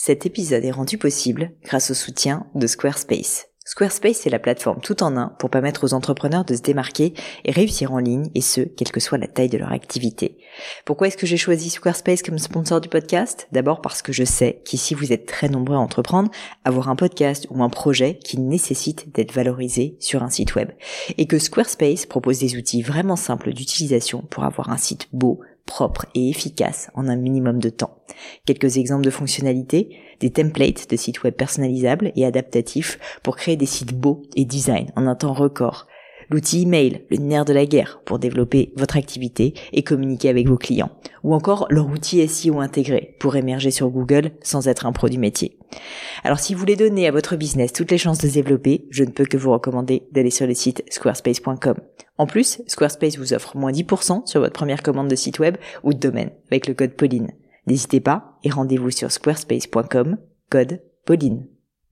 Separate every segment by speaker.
Speaker 1: Cet épisode est rendu possible grâce au soutien de Squarespace. Squarespace est la plateforme tout en un pour permettre aux entrepreneurs de se démarquer et réussir en ligne, et ce, quelle que soit la taille de leur activité. Pourquoi est-ce que j'ai choisi Squarespace comme sponsor du podcast ? D'abord parce que je sais qu'ici vous êtes très nombreux à entreprendre, avoir un podcast ou un projet qui nécessite d'être valorisé sur un site web. Et que Squarespace propose des outils vraiment simples d'utilisation pour avoir un site beau, propre et efficace en un minimum de temps. Quelques exemples de fonctionnalités, des templates de sites web personnalisables et adaptatifs pour créer des sites beaux et design en un temps record. L'outil email, le nerf de la guerre pour développer votre activité et communiquer avec vos clients. Ou encore leur outil SEO intégré pour émerger sur Google sans être un pro du métier. Alors si vous voulez donner à votre business toutes les chances de se développer, je ne peux que vous recommander d'aller sur le site squarespace.com. En plus, Squarespace vous offre moins 10% sur votre première commande de site web ou de domaine avec le code Pauline. N'hésitez pas et rendez-vous sur squarespace.com, code Pauline.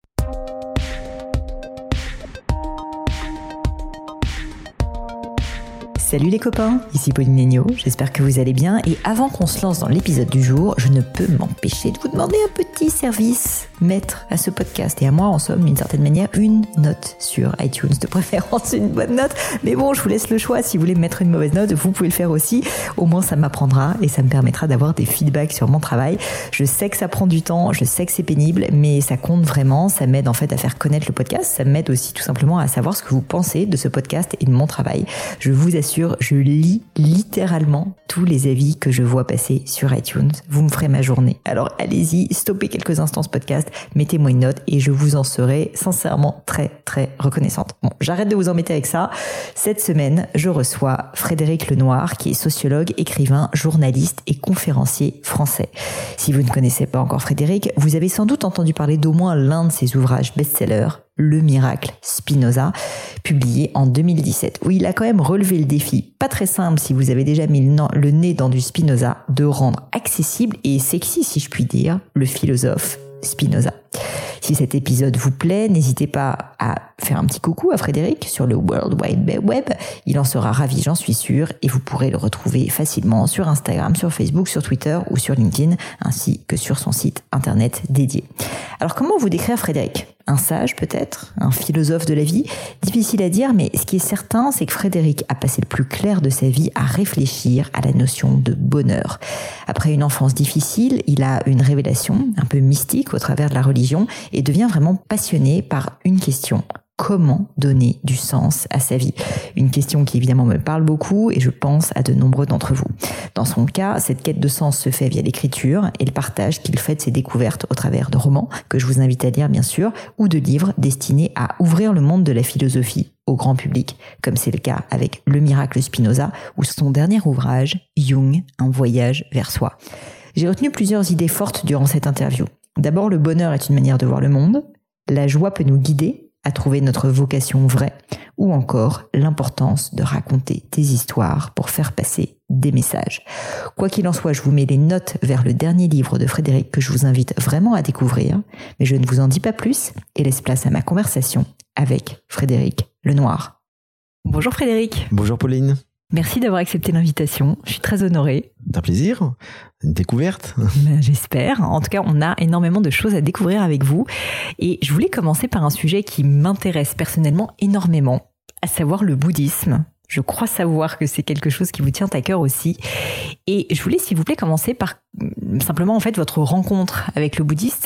Speaker 1: Salut les copains, ici Pauline Legnaud, j'espère que vous allez bien et avant qu'on se lance dans l'épisode du jour, je ne peux m'empêcher de vous demander un petit service, mettre à ce podcast et à moi en somme d'une certaine manière une note sur iTunes, de préférence une bonne note, mais bon je vous laisse le choix, si vous voulez mettre une mauvaise note, vous pouvez le faire aussi, au moins ça m'apprendra et ça me permettra d'avoir des feedbacks sur mon travail. Je sais que ça prend du temps, je sais que c'est pénible, mais ça compte vraiment, ça m'aide en fait à faire connaître le podcast, ça m'aide aussi tout simplement à savoir ce que vous pensez de ce podcast et de mon travail. Je vous assure, je lis littéralement tous les avis que je vois passer sur iTunes. Vous me ferez ma journée. Alors allez-y, stoppez quelques instants ce podcast, mettez-moi une note et je vous en serai sincèrement très très reconnaissante. Bon, j'arrête de vous embêter avec ça. Cette semaine, je reçois Frédéric Lenoir, qui est sociologue, écrivain, journaliste et conférencier français. Si vous ne connaissez pas encore Frédéric, vous avez sans doute entendu parler d'au moins l'un de ses ouvrages best-sellers, Le Miracle Spinoza, publié en 2017, où il a quand même relevé le défi, pas très simple si vous avez déjà mis le nez dans du Spinoza, de rendre accessible et sexy, si je puis dire, le philosophe Spinoza. Si cet épisode vous plaît, n'hésitez pas à faire un petit coucou à Frédéric sur le World Wide Web. Il en sera ravi, j'en suis sûre, et vous pourrez le retrouver facilement sur Instagram, sur Facebook, sur Twitter ou sur LinkedIn, ainsi que sur son site internet dédié. Alors comment vous décrire Frédéric ? Un sage peut-être ? Un philosophe de la vie ? Difficile à dire, mais ce qui est certain, c'est que Frédéric a passé le plus clair de sa vie à réfléchir à la notion de bonheur. Après une enfance difficile, il a une révélation un peu mystique au travers de la religion et devient vraiment passionné par une question. Comment donner du sens à sa vie ? Une question qui évidemment me parle beaucoup et je pense à de nombreux d'entre vous. Dans son cas, cette quête de sens se fait via l'écriture et le partage qu'il fait de ses découvertes au travers de romans, que je vous invite à lire bien sûr, ou de livres destinés à ouvrir le monde de la philosophie au grand public, comme c'est le cas avec Le Miracle Spinoza ou son dernier ouvrage, Jung, un voyage vers soi. J'ai retenu plusieurs idées fortes durant cette interview. D'abord, le bonheur est une manière de voir le monde, la joie peut nous guider à trouver notre vocation vraie, ou encore l'importance de raconter des histoires pour faire passer des messages. Quoi qu'il en soit, je vous mets les notes vers le dernier livre de Frédéric que je vous invite vraiment à découvrir, mais je ne vous en dis pas plus et laisse place à ma conversation avec Frédéric Lenoir. Bonjour Frédéric.
Speaker 2: Bonjour Pauline.
Speaker 1: Merci d'avoir accepté l'invitation, je suis très honorée.
Speaker 2: C'est un plaisir, une découverte.
Speaker 1: J'espère. En tout cas, on a énormément de choses à découvrir avec vous. Et je voulais commencer par un sujet qui m'intéresse personnellement énormément, à savoir le bouddhisme. Je crois savoir que c'est quelque chose qui vous tient à cœur aussi. Et je voulais, s'il vous plaît, commencer par simplement en fait votre rencontre avec le bouddhisme,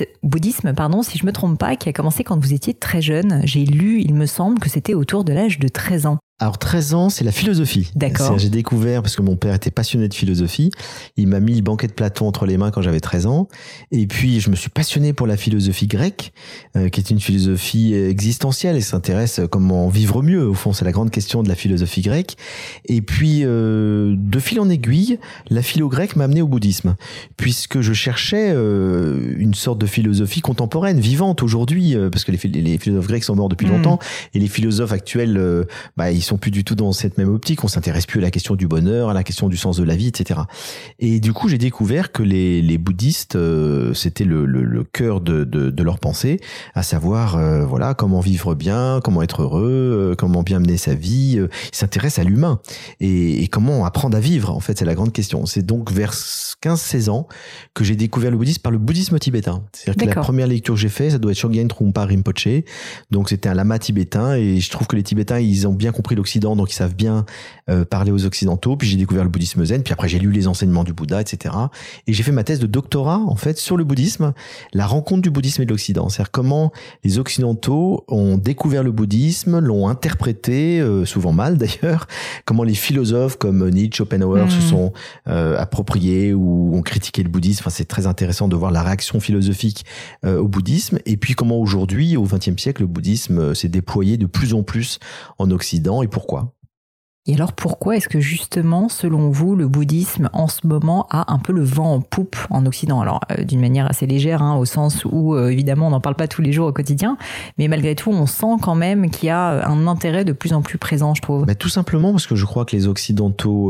Speaker 1: si je me trompe pas, qui a commencé quand vous étiez très jeune. J'ai lu, il me semble, que c'était autour de l'âge de 13 ans.
Speaker 2: Alors 13 ans, c'est la philosophie.
Speaker 1: D'accord.
Speaker 2: J'ai découvert, parce que mon père était passionné de philosophie, il m'a mis le banquet de Platon entre les mains quand j'avais 13 ans, et puis je me suis passionné pour la philosophie grecque, qui est une philosophie existentielle et s'intéresse à comment vivre mieux, au fond c'est la grande question de la philosophie grecque, et puis de fil en aiguille, la philo grecque m'a amené au bouddhisme, puisque je cherchais une sorte de philosophie contemporaine, vivante aujourd'hui, parce que les philosophes grecs sont morts depuis longtemps, et les philosophes actuels, ils sont plus du tout dans cette même optique. On s'intéresse plus à la question du bonheur, à la question du sens de la vie, etc. Et du coup, j'ai découvert que les bouddhistes, c'était le cœur de leur pensée, à savoir, voilà, comment vivre bien, comment être heureux, comment bien mener sa vie. Ils s'intéressent à l'humain et comment apprendre à vivre. En fait, c'est la grande question. C'est donc vers 15-16 ans que j'ai découvert le bouddhisme par le bouddhisme tibétain. C'est-à-dire que la première lecture que j'ai fait, ça doit être Shogyen Trungpa Rinpoche. Donc c'était un lama tibétain et je trouve que les Tibétains, ils ont bien compris l'Occident, donc ils savent bien parler aux Occidentaux. Puis j'ai découvert le bouddhisme zen, puis après j'ai lu les enseignements du Bouddha, etc. Et j'ai fait ma thèse de doctorat en fait sur le bouddhisme, la rencontre du bouddhisme et de l'Occident. C'est-à-dire comment les Occidentaux ont découvert le bouddhisme, l'ont interprété, souvent mal d'ailleurs, comment les philosophes comme Nietzsche, Schopenhauer se sont appropriés ou ont critiqué le bouddhisme. Enfin, c'est très intéressant de voir la réaction philosophique au bouddhisme. Et puis comment aujourd'hui, au XXe siècle, le bouddhisme s'est déployé de plus en plus en Occident et pourquoi ?
Speaker 1: Et alors pourquoi est-ce que justement, selon vous, le bouddhisme en ce moment a un peu le vent en poupe en Occident ? Alors d'une manière assez légère, au sens où évidemment on n'en parle pas tous les jours au quotidien, mais malgré tout on sent quand même qu'il y a un intérêt de plus en plus présent, je trouve.
Speaker 2: Tout simplement parce que je crois que les Occidentaux,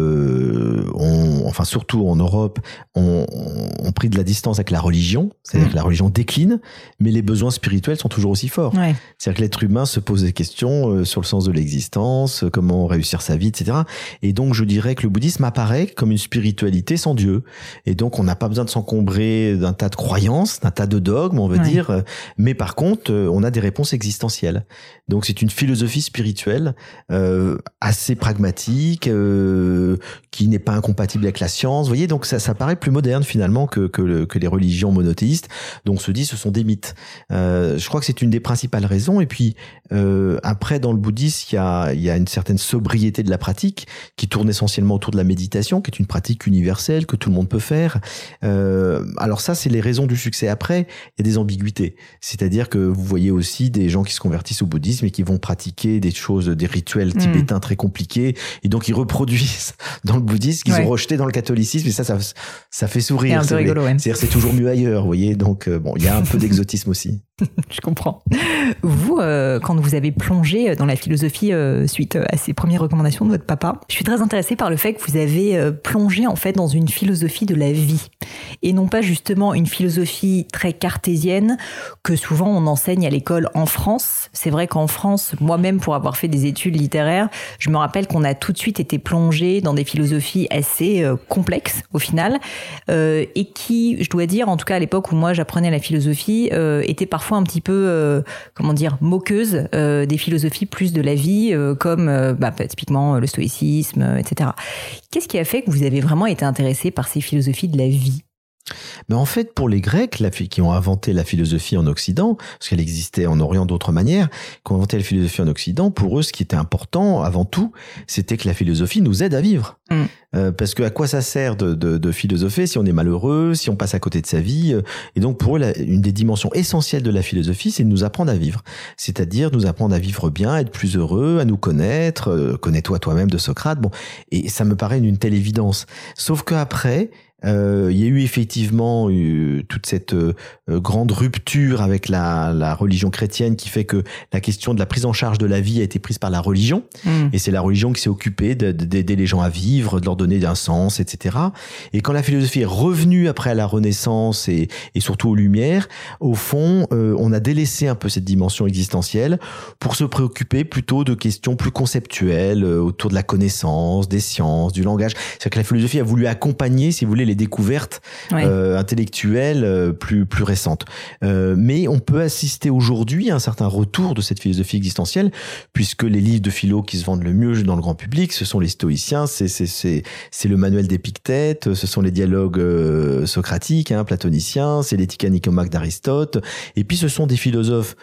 Speaker 2: surtout en Europe, ont pris de la distance avec la religion, c'est-à-dire que la religion décline, mais les besoins spirituels sont toujours aussi forts. Ouais. C'est-à-dire que l'être humain se pose des questions sur le sens de l'existence, comment réussir sa vie, etc. Et donc, je dirais que le bouddhisme apparaît comme une spiritualité sans Dieu. Et donc, on n'a pas besoin de s'encombrer d'un tas de croyances, d'un tas de dogmes, on veut dire. Mais par contre, on a des réponses existentielles. Donc, c'est une philosophie spirituelle assez pragmatique, qui n'est pas incompatible avec la science. Vous voyez, donc ça paraît plus moderne finalement que les religions monothéistes. Donc, on se dit, ce sont des mythes. Je crois que c'est une des principales raisons. Et puis, après, dans le bouddhisme, il y a une certaine sobriété de la pratique qui tourne essentiellement autour de la méditation, qui est une pratique universelle que tout le monde peut faire. Alors ça, c'est les raisons du succès. Après, il y a des ambiguïtés. C'est-à-dire que vous voyez aussi des gens qui se convertissent au bouddhisme et qui vont pratiquer des choses, des rituels tibétains très compliqués, et donc ils reproduisent dans le bouddhisme qu'ils ont rejeté dans le catholicisme, et ça fait sourire.
Speaker 1: C'est un peu rigolo,
Speaker 2: C'est-à-dire c'est toujours mieux ailleurs, vous voyez. Donc il y a un peu d'exotisme aussi.
Speaker 1: Je comprends. Vous, quand vous avez plongé dans la philosophie suite à ces premières recommandations de votre papa, je suis très intéressée par le fait que vous avez plongé en fait dans une philosophie de la vie et non pas justement une philosophie très cartésienne que souvent on enseigne à l'école en France. C'est vrai qu'en France, moi-même pour avoir fait des études littéraires, je me rappelle qu'on a tout de suite été plongé dans des philosophies assez complexes au final et qui, je dois dire, en tout cas à l'époque où moi j'apprenais la philosophie, étaient parfois un petit peu, moqueuses des philosophies plus de la vie, comme typiquement le stoïcisme, etc. Qu'est-ce qui a fait que vous avez vraiment été intéressé par ces philosophies de la vie ?
Speaker 2: Mais en fait, pour les Grecs, qui ont inventé la philosophie en Occident, parce qu'elle existait en Orient d'autres manières, qui ont inventé la philosophie en Occident, pour eux, ce qui était important, avant tout, c'était que la philosophie nous aide à vivre. Parce que à quoi ça sert de philosopher si on est malheureux, si on passe à côté de sa vie? Et donc, pour eux, une des dimensions essentielles de la philosophie, c'est de nous apprendre à vivre. C'est-à-dire nous apprendre à vivre bien, à être plus heureux, à nous connaître, connais-toi toi-même de Socrate. Bon, et ça me paraît une telle évidence. Sauf qu'après, il y a eu effectivement toute cette grande rupture avec la religion chrétienne qui fait que la question de la prise en charge de la vie a été prise par la religion. Et c'est la religion qui s'est occupée d'aider les gens à vivre, de leur donner un sens, etc. Et quand la philosophie est revenue après à la Renaissance et surtout aux Lumières, au fond, on a délaissé un peu cette dimension existentielle pour se préoccuper plutôt de questions plus conceptuelles autour de la connaissance, des sciences, du langage. C'est-à-dire que la philosophie a voulu accompagner, si vous voulez, les découvertes intellectuelles plus récentes. Mais on peut assister aujourd'hui à un certain retour de cette philosophie existentielle, puisque les livres de philo qui se vendent le mieux dans le grand public, ce sont les stoïciens, c'est le manuel d'Épictète, ce sont les dialogues socratiques, platoniciens, c'est l'éthique nicomaque d'Aristote, et puis ce sont des philosophes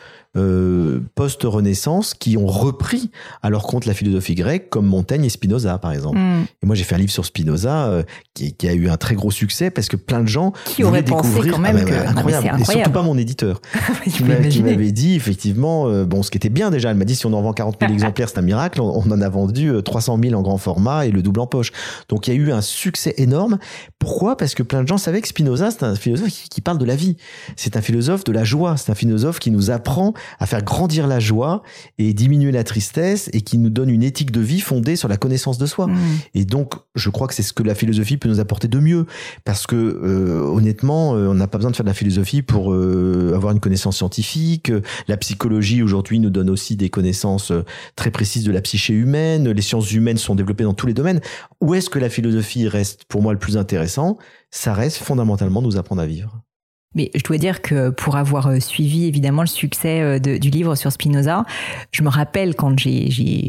Speaker 2: post-Renaissance qui ont repris à leur compte la philosophie grecque, comme Montaigne et Spinoza par exemple. Et moi j'ai fait un livre sur Spinoza qui a eu un très gros succès parce que plein de gens
Speaker 1: qui auraient pensé quand même que
Speaker 2: incroyable. Et surtout pas mon éditeur qui m'avait dit effectivement ce qui était bien déjà, elle m'a dit si on en vend 40 000 exemplaires c'est un miracle, on en a vendu 300 000 en grand format et le double en poche. Donc il y a eu un succès énorme. Pourquoi ? Parce que plein de gens savaient que Spinoza c'est un philosophe qui parle de la vie, c'est un philosophe de la joie, c'est un philosophe qui nous apprend à faire grandir la joie et diminuer la tristesse, et qui nous donne une éthique de vie fondée sur la connaissance de soi. Et donc, je crois que c'est ce que la philosophie peut nous apporter de mieux, parce que honnêtement, on n'a pas besoin de faire de la philosophie pour avoir une connaissance scientifique. La psychologie aujourd'hui nous donne aussi des connaissances très précises de la psyché humaine. Les sciences humaines sont développées dans tous les domaines. Où est-ce que la philosophie reste pour moi le plus intéressant? Ça reste fondamentalement nous apprendre à vivre.
Speaker 1: Mais je dois dire que pour avoir suivi évidemment le succès du livre sur Spinoza, je me rappelle quand j'ai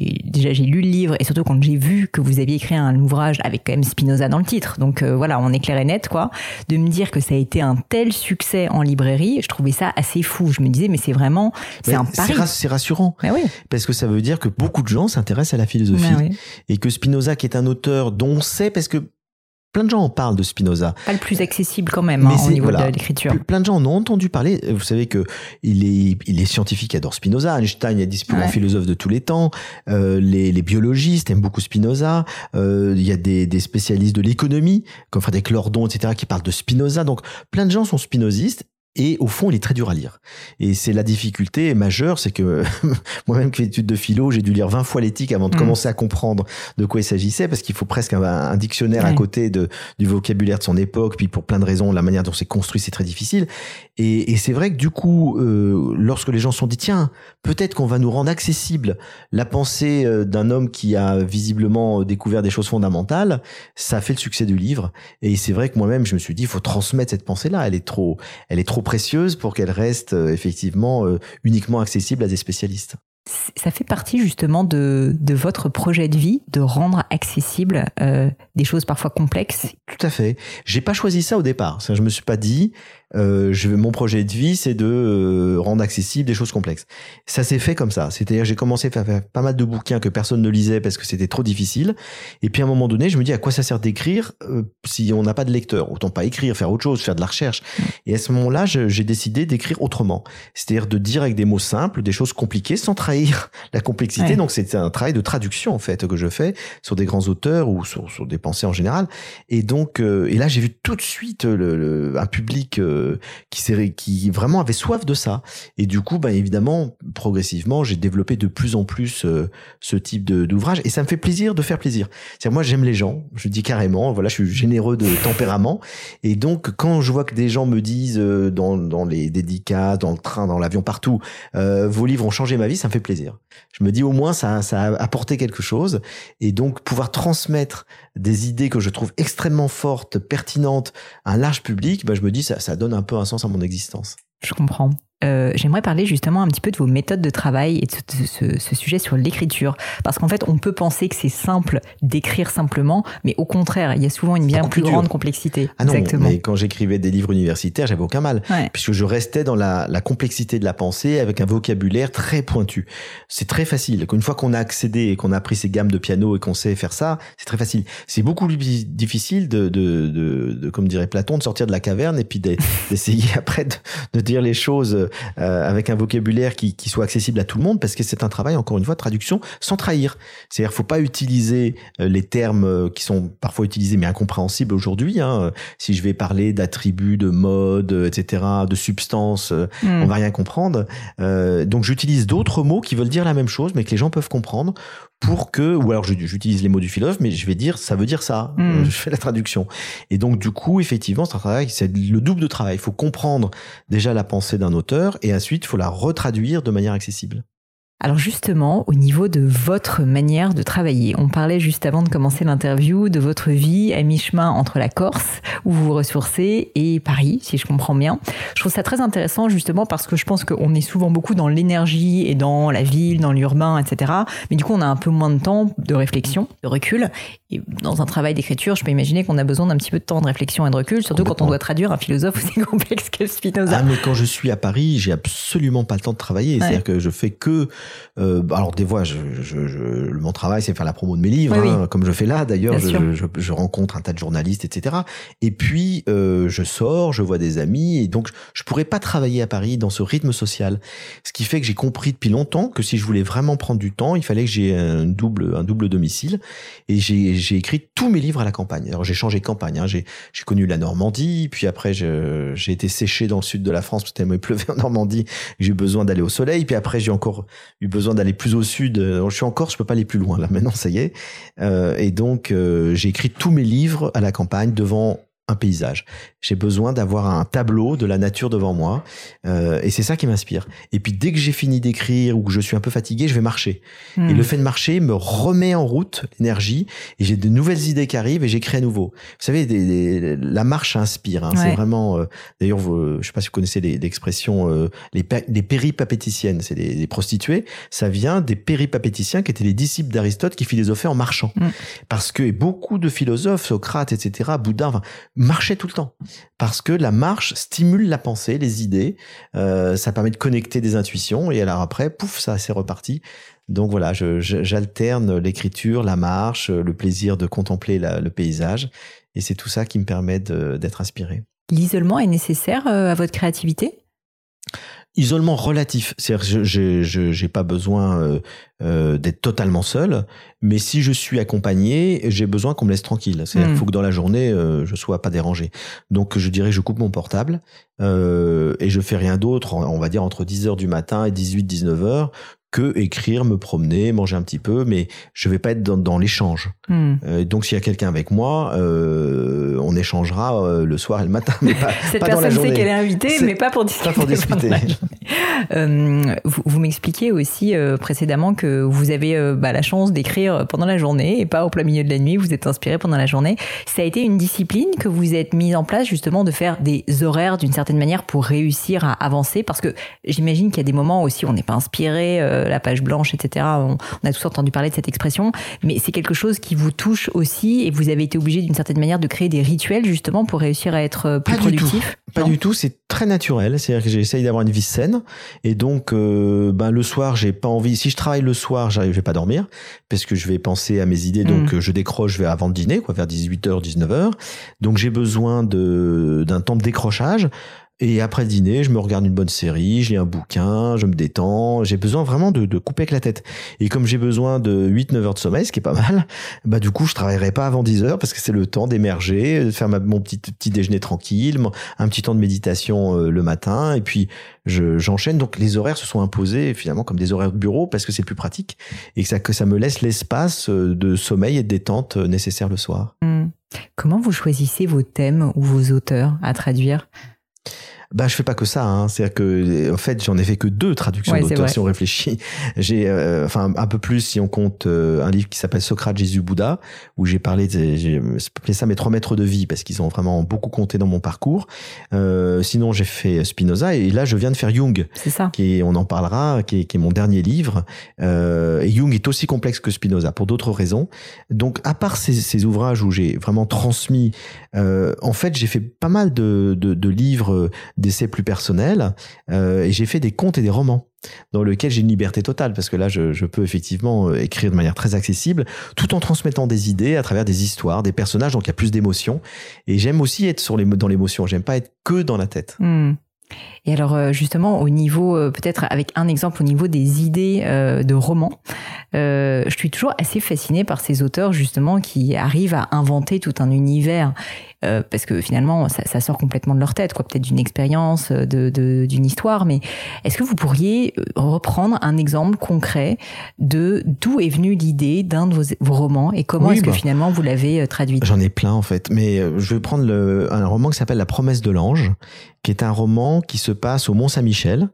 Speaker 1: lu le livre, et surtout quand j'ai vu que vous aviez écrit un ouvrage avec quand même Spinoza dans le titre, donc voilà, on est clair et net, quoi, de me dire que ça a été un tel succès en librairie, je trouvais ça assez fou. Je me disais, mais c'est un pari.
Speaker 2: C'est rassurant,
Speaker 1: oui.
Speaker 2: Parce que ça veut dire que beaucoup de gens s'intéressent à la philosophie,
Speaker 1: oui.
Speaker 2: Et que Spinoza, qui est un auteur dont on sait, parce que plein de gens en parlent de Spinoza.
Speaker 1: Pas le plus accessible quand même, au niveau de l'écriture.
Speaker 2: Plein de gens en ont entendu parler. Vous savez que les scientifiques adorent Spinoza. Einstein a dit c'est le plus grand philosophe de tous les temps. Les biologistes aiment beaucoup Spinoza. Il y a des spécialistes de l'économie, comme Frédéric Lordon, etc., qui parlent de Spinoza. Donc, plein de gens sont spinozistes. Et au fond, il est très dur à lire. Et c'est la difficulté majeure, c'est que moi-même qui fais études de philo, j'ai dû lire 20 fois l'éthique avant de commencer à comprendre de quoi il s'agissait, parce qu'il faut presque un dictionnaire à côté du vocabulaire de son époque, puis pour plein de raisons, la manière dont c'est construit, c'est très difficile. Et c'est vrai que du coup, lorsque les gens se sont dit, tiens, peut-être qu'on va nous rendre accessible la pensée d'un homme qui a visiblement découvert des choses fondamentales, ça a fait le succès du livre. Et c'est vrai que moi-même, je me suis dit, il faut transmettre cette pensée-là. Elle est trop précieuse pour qu'elle reste effectivement uniquement accessible à des spécialistes.
Speaker 1: Ça fait partie justement de votre projet de vie, de rendre accessible des choses parfois complexes.
Speaker 2: Tout à fait. J'ai pas choisi ça au départ. Je me suis pas dit mon projet de vie, c'est de rendre accessible des choses complexes. Ça s'est fait comme ça. C'est-à-dire, j'ai commencé à faire pas mal de bouquins que personne ne lisait parce que c'était trop difficile. Et puis à un moment donné, je me dis, à quoi ça sert d'écrire si on n'a pas de lecteur? Autant pas écrire, faire autre chose, faire de la recherche. Et à ce moment-là, j'ai décidé d'écrire autrement. C'est-à-dire de dire avec des mots simples des choses compliquées sans trahir la complexité. Donc c'est un travail de traduction en fait que je fais sur des grands auteurs ou sur des pensées en général. Et donc et là, j'ai vu tout de suite un public qui vraiment avait soif de ça. Et du coup, évidemment, progressivement, j'ai développé de plus en plus ce type d'ouvrage. Et ça me fait plaisir de faire plaisir. C'est-à-dire, moi, j'aime les gens. Je dis carrément, voilà, je suis généreux de tempérament. Et donc, quand je vois que des gens me disent dans les dédicaces, dans le train, dans l'avion, partout, vos livres ont changé ma vie, ça me fait plaisir. Je me dis, au moins, ça a apporté quelque chose. Et donc, pouvoir transmettre des idées que je trouve extrêmement fortes, pertinentes à un large public, je me dis, ça donne un peu un sens à mon existence.
Speaker 1: Je comprends. J'aimerais parler justement un petit peu de vos méthodes de travail et de ce sujet sur l'écriture. Parce qu'en fait, on peut penser que c'est simple d'écrire simplement, mais au contraire, il y a souvent une bien plus grande complexité.
Speaker 2: Ah non,
Speaker 1: exactement.
Speaker 2: Mais quand j'écrivais des livres universitaires, j'avais aucun mal. Puisque je restais dans la complexité de la pensée avec un vocabulaire très pointu. C'est très facile. Une fois qu'on a accédé et qu'on a appris ces gammes de piano et qu'on sait faire ça, c'est très facile. C'est beaucoup plus difficile de comme dirait Platon, de sortir de la caverne et puis d'essayer après de dire les choses avec un vocabulaire qui soit accessible à tout le monde, parce que c'est un travail, encore une fois, de traduction sans trahir. C'est-à-dire, faut pas utiliser les termes qui sont parfois utilisés mais incompréhensibles aujourd'hui. Si je vais parler d'attributs, de modes, etc., de substances, on va rien comprendre. Donc, j'utilise d'autres mots qui veulent dire la même chose, mais que les gens peuvent comprendre ou alors j'utilise les mots du philosophe, mais je vais dire, ça veut dire ça. Je fais la traduction. Et donc, du coup, effectivement, c'est un travail, c'est le double de travail. Il faut comprendre déjà la pensée d'un auteur et ensuite, il faut la retraduire de manière accessible.
Speaker 1: Alors justement, au niveau de votre manière de travailler, on parlait juste avant de commencer l'interview de votre vie à mi-chemin entre la Corse, où vous vous ressourcez, et Paris, si je comprends bien. Je trouve ça très intéressant justement parce que je pense qu'on est souvent beaucoup dans l'énergie et dans la ville, dans l'urbain, etc. Mais du coup, on a un peu moins de temps de réflexion, de recul. Et dans un travail d'écriture, je peux imaginer qu'on a besoin d'un petit peu de temps de réflexion et de recul, surtout quand on doit traduire un philosophe aussi complexe que Spinoza.
Speaker 2: Ah, mais quand je suis à Paris, j'ai absolument pas le temps de travailler. C'est-à-dire que je fais que Alors des fois, mon travail, c'est faire la promo de mes livres, oui. Comme je fais là. D'ailleurs, je rencontre un tas de journalistes, etc. Et puis, je sors, je vois des amis, et donc je pourrais pas travailler à Paris dans ce rythme social. Ce qui fait que j'ai compris depuis longtemps que si je voulais vraiment prendre du temps, il fallait que j'ai un double domicile. Et j'ai écrit tous mes livres à la campagne. Alors j'ai changé de campagne. J'ai connu la Normandie, puis après j'ai été séché dans le sud de la France parce que tellement il pleuvait en Normandie. J'ai eu besoin d'aller au soleil, puis après j'ai encore eu besoin d'aller plus au sud. Alors, je suis en Corse, je peux pas aller plus loin là. Maintenant, ça y est. Et donc j'ai écrit tous mes livres à la campagne devant un paysage. J'ai besoin d'avoir un tableau de la nature devant moi, et c'est ça qui m'inspire. Et puis dès que j'ai fini d'écrire ou que je suis un peu fatigué, je vais marcher. Et le fait de marcher me remet en route l'énergie, et j'ai de nouvelles idées qui arrivent et j'écris à nouveau. Vous savez, la marche inspire. Ouais. C'est vraiment. D'ailleurs, je sais pas si vous connaissez l'expression les péripapéticiennes. C'est des prostituées. Ça vient des péripapéticiens qui étaient les disciples d'Aristote qui philosophaient en marchant. Parce que beaucoup de philosophes, Socrate, etc., Bouddha, marchaient tout le temps. Parce que la marche stimule la pensée, les idées, ça permet de connecter des intuitions, et alors après, pouf, ça c'est reparti. Donc voilà, j'alterne l'écriture, la marche, le plaisir de contempler le paysage, et c'est tout ça qui me permet d'être inspiré.
Speaker 1: L'isolement est nécessaire à votre créativité ?
Speaker 2: Isolement relatif, c'est-à-dire que j'ai pas besoin d'être totalement seul, mais si je suis accompagné, j'ai besoin qu'on me laisse tranquille. C'est-à-dire qu'il faut que dans la journée, je sois pas dérangé. Donc je dirais que je coupe mon portable et je fais rien d'autre, on va dire entre 10h du matin et 18-19h, que écrire, me promener, manger un petit peu, mais je vais pas être dans l'échange. Donc s'il y a quelqu'un avec moi, on échangera le soir et le matin, mais pas,
Speaker 1: cette
Speaker 2: pas dans la
Speaker 1: personne
Speaker 2: journée.
Speaker 1: Sait qu'elle est invitée, mais pas pour discuter.
Speaker 2: Pas pour discuter.
Speaker 1: Vous m'expliquiez aussi précédemment que vous avez la chance d'écrire pendant la journée et pas au plein milieu de la nuit, vous êtes inspiré pendant la journée. Ça a été une discipline que vous êtes mise en place justement de faire des horaires d'une certaine manière pour réussir à avancer, parce que j'imagine qu'il y a des moments aussi où on n'est pas inspiré, la page blanche, etc. On a tous entendu parler de cette expression, mais c'est quelque chose qui vous touche aussi et vous avez été obligé d'une certaine manière de créer des rituels justement pour réussir à être plus productif.
Speaker 2: Pas du tout, c'est très naturel. C'est-à-dire que j'essaye d'avoir une vie saine, et donc le soir, j'ai pas envie. Si je travaille le soir, je vais pas dormir parce que je vais penser à mes idées, donc je décroche avant le dîner, vers 18h, 19h. Donc j'ai besoin d'un temps de décrochage. Et après le dîner, je me regarde une bonne série, je lis un bouquin, je me détends. J'ai besoin vraiment de couper avec la tête. Et comme j'ai besoin de 8-9 heures de sommeil, ce qui est pas mal, du coup, je travaillerai pas avant 10 heures parce que c'est le temps d'émerger, de faire mon petit déjeuner tranquille, un petit temps de méditation le matin. Et puis, j'enchaîne. Donc, les horaires se sont imposés finalement comme des horaires de bureau parce que c'est plus pratique et que ça me laisse l'espace de sommeil et de détente nécessaire le soir.
Speaker 1: Comment vous choisissez vos thèmes ou vos auteurs à traduire ?
Speaker 2: Je fais pas que ça, c'est-à-dire que en fait j'en ai fait que 2 traductions d'auteurs si on réfléchit. J'ai un peu plus si on compte un livre qui s'appelle Socrate, Jésus, Bouddha, où j'ai appelé ça mes 3 maîtres de vie parce qu'ils ont vraiment beaucoup compté dans mon parcours. Sinon j'ai fait Spinoza, et là je viens de faire Jung.
Speaker 1: C'est ça.
Speaker 2: On en parlera, qui est mon dernier livre. Et Jung est aussi complexe que Spinoza pour d'autres raisons. Donc à part ces ouvrages où j'ai vraiment transmis, en fait j'ai fait pas mal de livres d'essais plus personnels, et j'ai fait des contes et des romans dans lesquels j'ai une liberté totale, parce que là je peux effectivement écrire de manière très accessible tout en transmettant des idées à travers des histoires, des personnages, donc il y a plus d'émotions, et j'aime aussi être dans l'émotion, j'aime pas être que dans la tête.
Speaker 1: Et alors justement au niveau, peut-être avec un exemple au niveau des idées de romans, je suis toujours assez fascinée par ces auteurs justement qui arrivent à inventer tout un univers, parce que finalement ça sort complètement de leur tête, peut-être d'une expérience, d'une histoire, mais est-ce que vous pourriez reprendre un exemple concret de d'où est venue l'idée d'un de vos romans et comment est-ce que finalement vous l'avez traduite ? J'en
Speaker 2: ai plein en fait, mais je vais prendre un roman qui s'appelle La promesse de l'ange, qui est un roman qui se passe au Mont-Saint-Michel.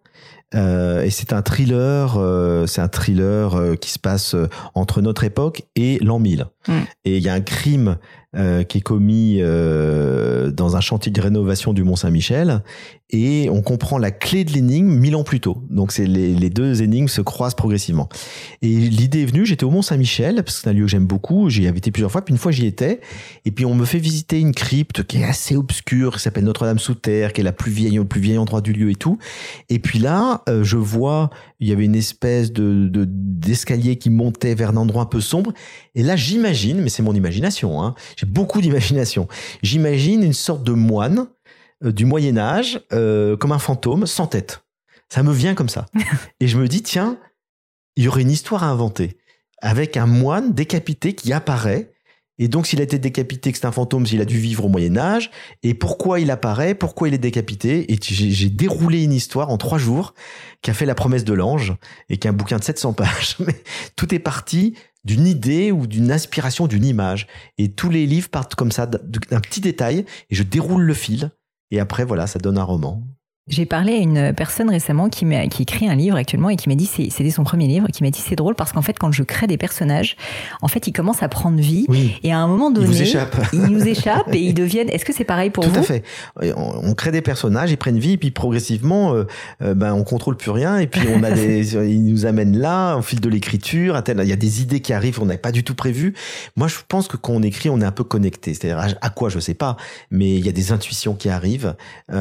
Speaker 2: Et c'est un thriller qui se passe entre notre époque et l'an 1000. Et il y a un crime qui est commis dans un chantier de rénovation du Mont-Saint-Michel, et on comprend la clé de l'énigme 1000 ans plus tôt. Donc c'est les deux énigmes se croisent progressivement. Et l'idée est venue, j'étais au Mont-Saint-Michel, parce que c'est un lieu que j'aime beaucoup, j'y avais été plusieurs fois, puis une fois j'y étais, et puis on me fait visiter une crypte qui est assez obscure, qui s'appelle Notre-Dame sous terre, qui est le plus vieil endroit du lieu et tout. Et puis là, je vois, il y avait une espèce d'escalier qui montait vers un endroit un peu sombre, et là j'imagine, mais c'est mon imagination, hein, j'ai beaucoup d'imagination, j'imagine une sorte de moine du Moyen-Âge, comme un fantôme, sans tête. Ça me vient comme ça. Et je me dis, tiens, il y aurait une histoire à inventer, avec un moine décapité qui apparaît. Et donc, s'il a été décapité, que c'est un fantôme, s'il a dû vivre au Moyen-Âge, et pourquoi il apparaît, pourquoi il est décapité. Et j'ai déroulé une histoire en 3 jours, qui a fait La promesse de l'ange, et qui est un bouquin de 700 pages. Mais tout est parti d'une idée ou d'une inspiration, d'une image. Et tous les livres partent comme ça, d'un petit détail, et je déroule le fil. Et après, voilà, ça donne un roman.
Speaker 1: J'ai parlé à une personne récemment qui écrit un livre actuellement et qui m'a dit, c'était son premier livre, qui m'a dit c'est drôle parce qu'en fait quand je crée des personnages, en fait ils commencent à prendre vie, et à un moment donné ils nous échappent et ils deviennent. Est-ce que c'est pareil pour vous?
Speaker 2: Tout à fait. On crée des personnages, ils prennent vie, et puis progressivement on contrôle plus rien, et puis on a ils nous amènent là au fil de l'écriture. Il y a des idées qui arrivent, on n'avait pas du tout prévu. Moi je pense que quand on écrit, on est un peu connecté. C'est-à-dire à quoi je sais pas, mais il y a des intuitions qui arrivent.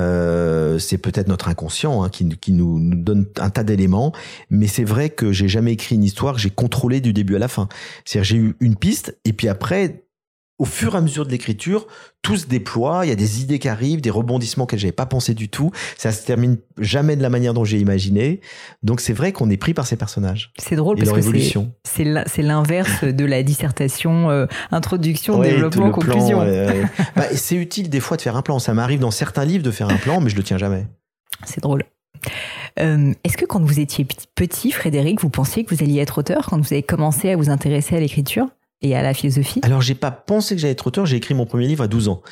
Speaker 2: C'est peut-être notre inconscient qui nous donne un tas d'éléments, mais c'est vrai que j'ai jamais écrit une histoire que j'ai contrôlée du début à la fin. C'est-à-dire j'ai eu une piste, et puis après, au fur et à mesure de l'écriture, tout se déploie, il y a des idées qui arrivent, des rebondissements auxquels j'avais pas pensé du tout, ça se termine jamais de la manière dont j'ai imaginé, donc c'est vrai qu'on est pris par ces personnages.
Speaker 1: C'est drôle parce que c'est l'inverse de la dissertation, introduction, développement, conclusion.
Speaker 2: C'est utile des fois de faire un plan, ça m'arrive dans certains livres de faire un plan, mais je le tiens jamais.
Speaker 1: C'est drôle. Est-ce que quand vous étiez petit, Frédéric, vous pensiez que vous alliez être auteur quand vous avez commencé à vous intéresser à l'écriture et à la philosophie?
Speaker 2: Alors, j'ai pas pensé que j'allais être auteur. J'ai écrit mon premier livre à 12 ans.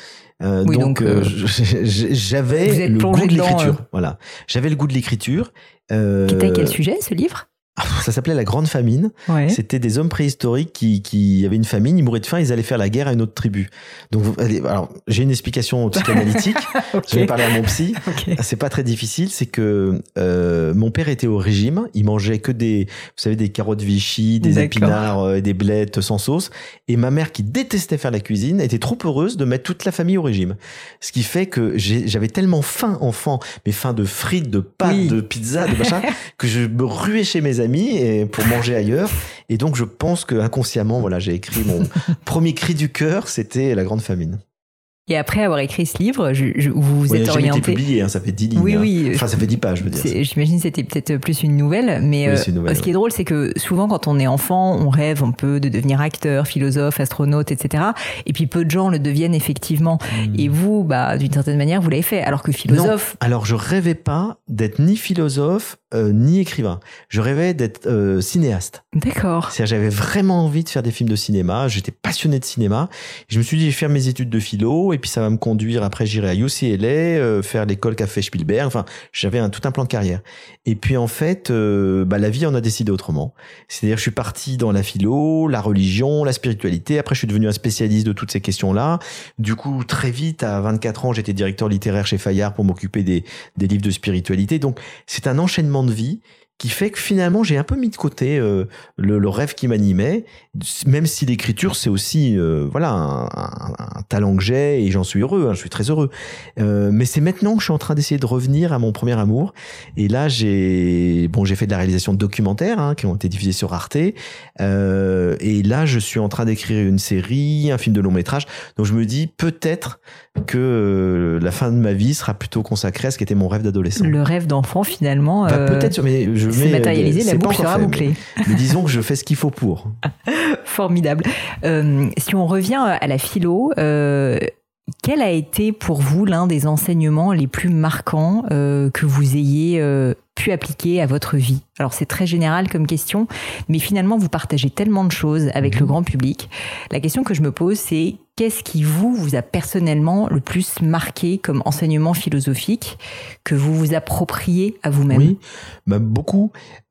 Speaker 2: J'avais le goût de l'écriture. Voilà. J'avais le goût de l'écriture.
Speaker 1: Qui était à quel sujet, ce livre?
Speaker 2: Ça s'appelait La Grande Famine. Ouais. C'était des hommes préhistoriques qui avaient une famine, ils mouraient de faim, ils allaient faire la guerre à une autre tribu. Donc, alors, j'ai une explication psychanalytique. Okay. Je vais parler à mon psy. Okay. C'est pas très difficile. C'est que mon père était au régime. Il mangeait que des carottes Vichy, des épinards et des blettes sans sauce. Et ma mère, qui détestait faire la cuisine, était trop heureuse de mettre toute la famille au régime. Ce qui fait que j'avais tellement faim enfant, mais faim de frites, de pâtes, de pizza, de machin, que je me ruais chez mes amis et pour manger ailleurs. Et donc, je pense que inconsciemment, voilà, j'ai écrit mon premier cri du cœur, c'était La Grande Famine.
Speaker 1: Et après avoir écrit ce livre, vous vous êtes orienté.
Speaker 2: Été publié, ça fait 10 lignes.
Speaker 1: Oui.
Speaker 2: Enfin, ça fait 10 pages, je veux dire.
Speaker 1: J'imagine que c'était peut-être plus une nouvelle, mais ce qui est drôle, c'est que souvent, quand on est enfant, on rêve un peu de devenir acteur, philosophe, astronaute, etc. Et puis peu de gens le deviennent effectivement. Et vous, d'une certaine manière, vous l'avez fait, alors que philosophe.
Speaker 2: Non. Alors, je rêvais pas d'être ni philosophe ni écrivain. Je rêvais d'être cinéaste.
Speaker 1: D'accord.
Speaker 2: C'est-à-dire, j'avais vraiment envie de faire des films de cinéma. J'étais passionné de cinéma. Je me suis dit, je vais faire mes études de philo. Et puis ça va me conduire, après j'irai à UCLA, faire l'école qu'a fait Spielberg, enfin j'avais tout un plan de carrière. Et puis en fait, la vie en a décidé autrement. C'est-à-dire je suis parti dans la philo, la religion, la spiritualité, après je suis devenu un spécialiste de toutes ces questions-là. Du coup très vite, à 24 ans, j'étais directeur littéraire chez Fayard pour m'occuper des livres de spiritualité. Donc c'est un enchaînement de vie qui fait que finalement j'ai un peu mis de côté le rêve qui m'animait, même si l'écriture c'est aussi un talent que j'ai et j'en suis heureux, je suis très heureux. Mais c'est maintenant que je suis en train d'essayer de revenir à mon premier amour. Et là j'ai fait de la réalisation de documentaires qui ont été diffusés sur Arte. Et là je suis en train d'écrire une série, un film de long métrage. Donc je me dis peut-être que la fin de ma vie sera plutôt consacrée à ce qui était mon rêve d'adolescent.
Speaker 1: Le rêve d'enfant finalement.
Speaker 2: Peut-être, mais
Speaker 1: se matérialiser, la boucle sera bouclée.
Speaker 2: Mais disons que je fais ce qu'il faut pour.
Speaker 1: Formidable. Si on revient à la philo, quel a été pour vous l'un des enseignements les plus marquants que vous ayez pu appliquer à votre vie? Alors c'est très général comme question, mais finalement vous partagez tellement de choses avec le grand public. La question que je me pose, c'est qu'est-ce qui vous a personnellement le plus marqué comme enseignement philosophique que vous vous appropriez à vous-même?
Speaker 2: Oui, beaucoup.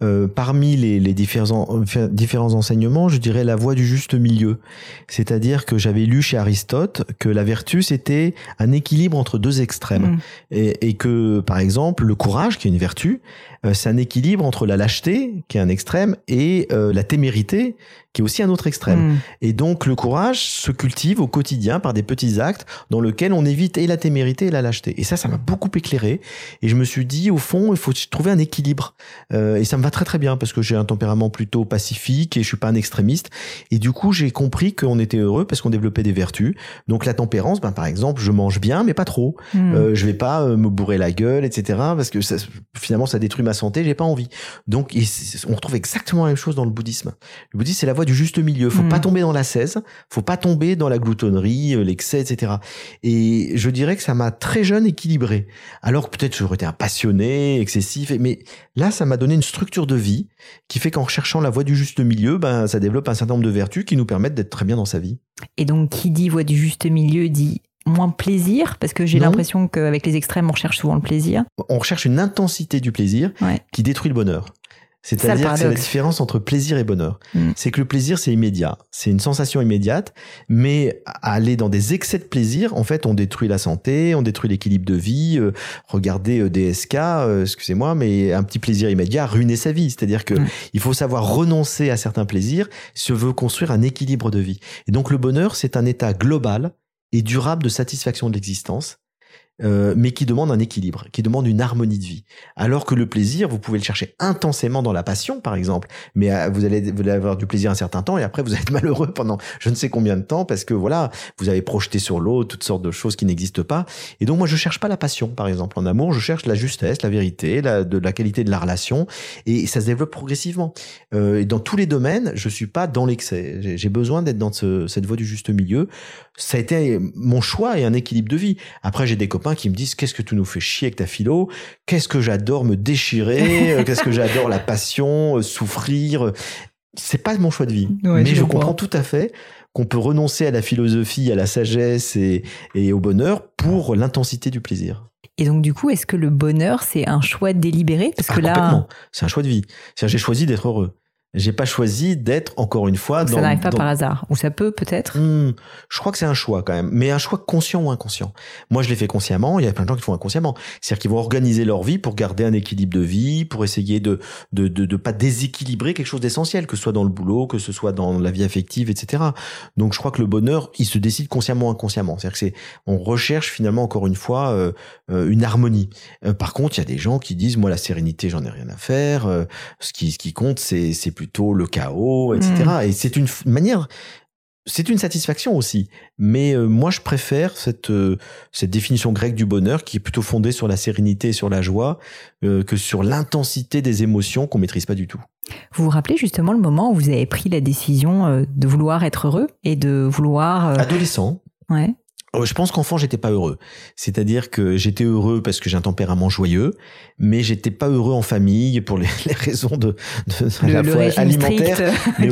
Speaker 2: Parmi les différents enseignements, je dirais la voie du juste milieu. C'est-à-dire que j'avais lu chez Aristote que la vertu, c'était un équilibre entre deux extrêmes. Et que, par exemple, le courage, qui est une vertu, c'est un équilibre entre la lâcheté, qui est un extrême, et la témérité, qui est aussi un autre extrême. Et donc, le courage se cultive au quotidien par des petits actes dans lesquels on évite et la témérité et la lâcheté. Et ça m'a beaucoup éclairé. Et je me suis dit, au fond, il faut trouver un équilibre. Et ça me va très très bien parce que j'ai un tempérament plutôt pacifique et je suis pas un extrémiste. Et du coup, j'ai compris qu'on était heureux parce qu'on développait des vertus. Donc, la tempérance, par exemple, je mange bien, mais pas trop. Je vais pas me bourrer la gueule, etc. Parce que finalement, ça détruit ma santé, j'ai pas envie. Donc, on retrouve exactement la même chose dans le bouddhisme. Le bouddhisme, c'est la voie du juste milieu. Faut pas tomber dans l'ascèse, faut pas tomber dans la gloutonnerie, l'excès, etc. Et je dirais que ça m'a très jeune équilibré. Alors que peut-être j'aurais été un passionné, excessif, mais là, ça m'a donné une structure de vie qui fait qu'en recherchant la voie du juste milieu, ça développe un certain nombre de vertus qui nous permettent d'être très bien dans sa vie. Et donc, qui dit voie du juste milieu dit moins plaisir, parce que j'ai l'impression qu'avec les extrêmes, on recherche souvent le plaisir. On recherche une intensité du plaisir qui détruit le bonheur. C'est-à-dire que c'est la différence entre plaisir et bonheur. C'est que le plaisir, c'est immédiat. C'est une sensation immédiate, mais aller dans des excès de plaisir, en fait, on détruit la santé, on détruit l'équilibre de vie. Regardez DSK, excusez-moi, mais un petit plaisir immédiat a ruiné sa vie. C'est-à-dire que il faut savoir renoncer à certains plaisirs si on veut construire un équilibre de vie. Et donc, le bonheur, c'est un état global et durable de satisfaction de l'existence. Mais qui demande un équilibre, qui demande une harmonie de vie. Alors que le plaisir, vous pouvez le chercher intensément dans la passion, par exemple, mais vous allez avoir du plaisir un certain temps et après vous allez être malheureux pendant je ne sais combien de temps parce que voilà, vous avez projeté sur l'autre toutes sortes de choses qui n'existent pas. Et donc moi, je cherche pas la passion, par exemple. En amour, je cherche la justesse, la vérité, de la qualité de la relation, et ça se développe progressivement. Et dans tous les domaines, je suis pas dans l'excès. J'ai besoin d'être dans cette voie du juste milieu. Ça a été mon choix et un équilibre de vie. Après, j'ai des copains qui me disent qu'est-ce que tu nous fais chier avec ta philo, qu'est-ce que j'adore me déchirer, qu'est-ce que j'adore la passion, souffrir. C'est pas mon choix de vie. Mais je comprends tout à fait qu'on peut renoncer à la philosophie, à la sagesse et au bonheur pour l'intensité du plaisir.
Speaker 1: Et donc, du coup, est-ce que le bonheur, c'est un choix délibéré? Parce que là,
Speaker 2: complètement. C'est un choix de vie. C'est-à-dire, j'ai choisi d'être heureux. J'ai pas choisi d'être, encore une fois...
Speaker 1: Ça n'arrive pas par hasard. Ou ça peut, peut-être
Speaker 2: je crois que c'est un choix, quand même. Mais un choix conscient ou inconscient. Moi, je l'ai fait consciemment. Il y a plein de gens qui le font inconsciemment. C'est-à-dire qu'ils vont organiser leur vie pour garder un équilibre de vie, pour essayer de pas déséquilibrer quelque chose d'essentiel, que ce soit dans le boulot, que ce soit dans la vie affective, etc. Donc, je crois que le bonheur, il se décide consciemment ou inconsciemment. C'est-à-dire que on recherche finalement, encore une fois, une harmonie. Par contre, il y a des gens qui disent, moi, la sérénité, j'en ai rien à faire. Ce qui compte, c'est plutôt le chaos, etc. Et c'est une manière, c'est une satisfaction aussi. Mais moi, je préfère cette définition grecque du bonheur qui est plutôt fondée sur la sérénité et sur la joie que sur l'intensité des émotions qu'on maîtrise pas du tout.
Speaker 1: Vous vous rappelez justement le moment où vous avez pris la décision de vouloir être heureux et de vouloir...
Speaker 2: Adolescent.
Speaker 1: Ouais.
Speaker 2: Je pense qu'enfant, j'étais pas heureux. C'est-à-dire que j'étais heureux parce que j'ai un tempérament joyeux, mais j'étais pas heureux en famille pour les raisons de à la fois alimentaires,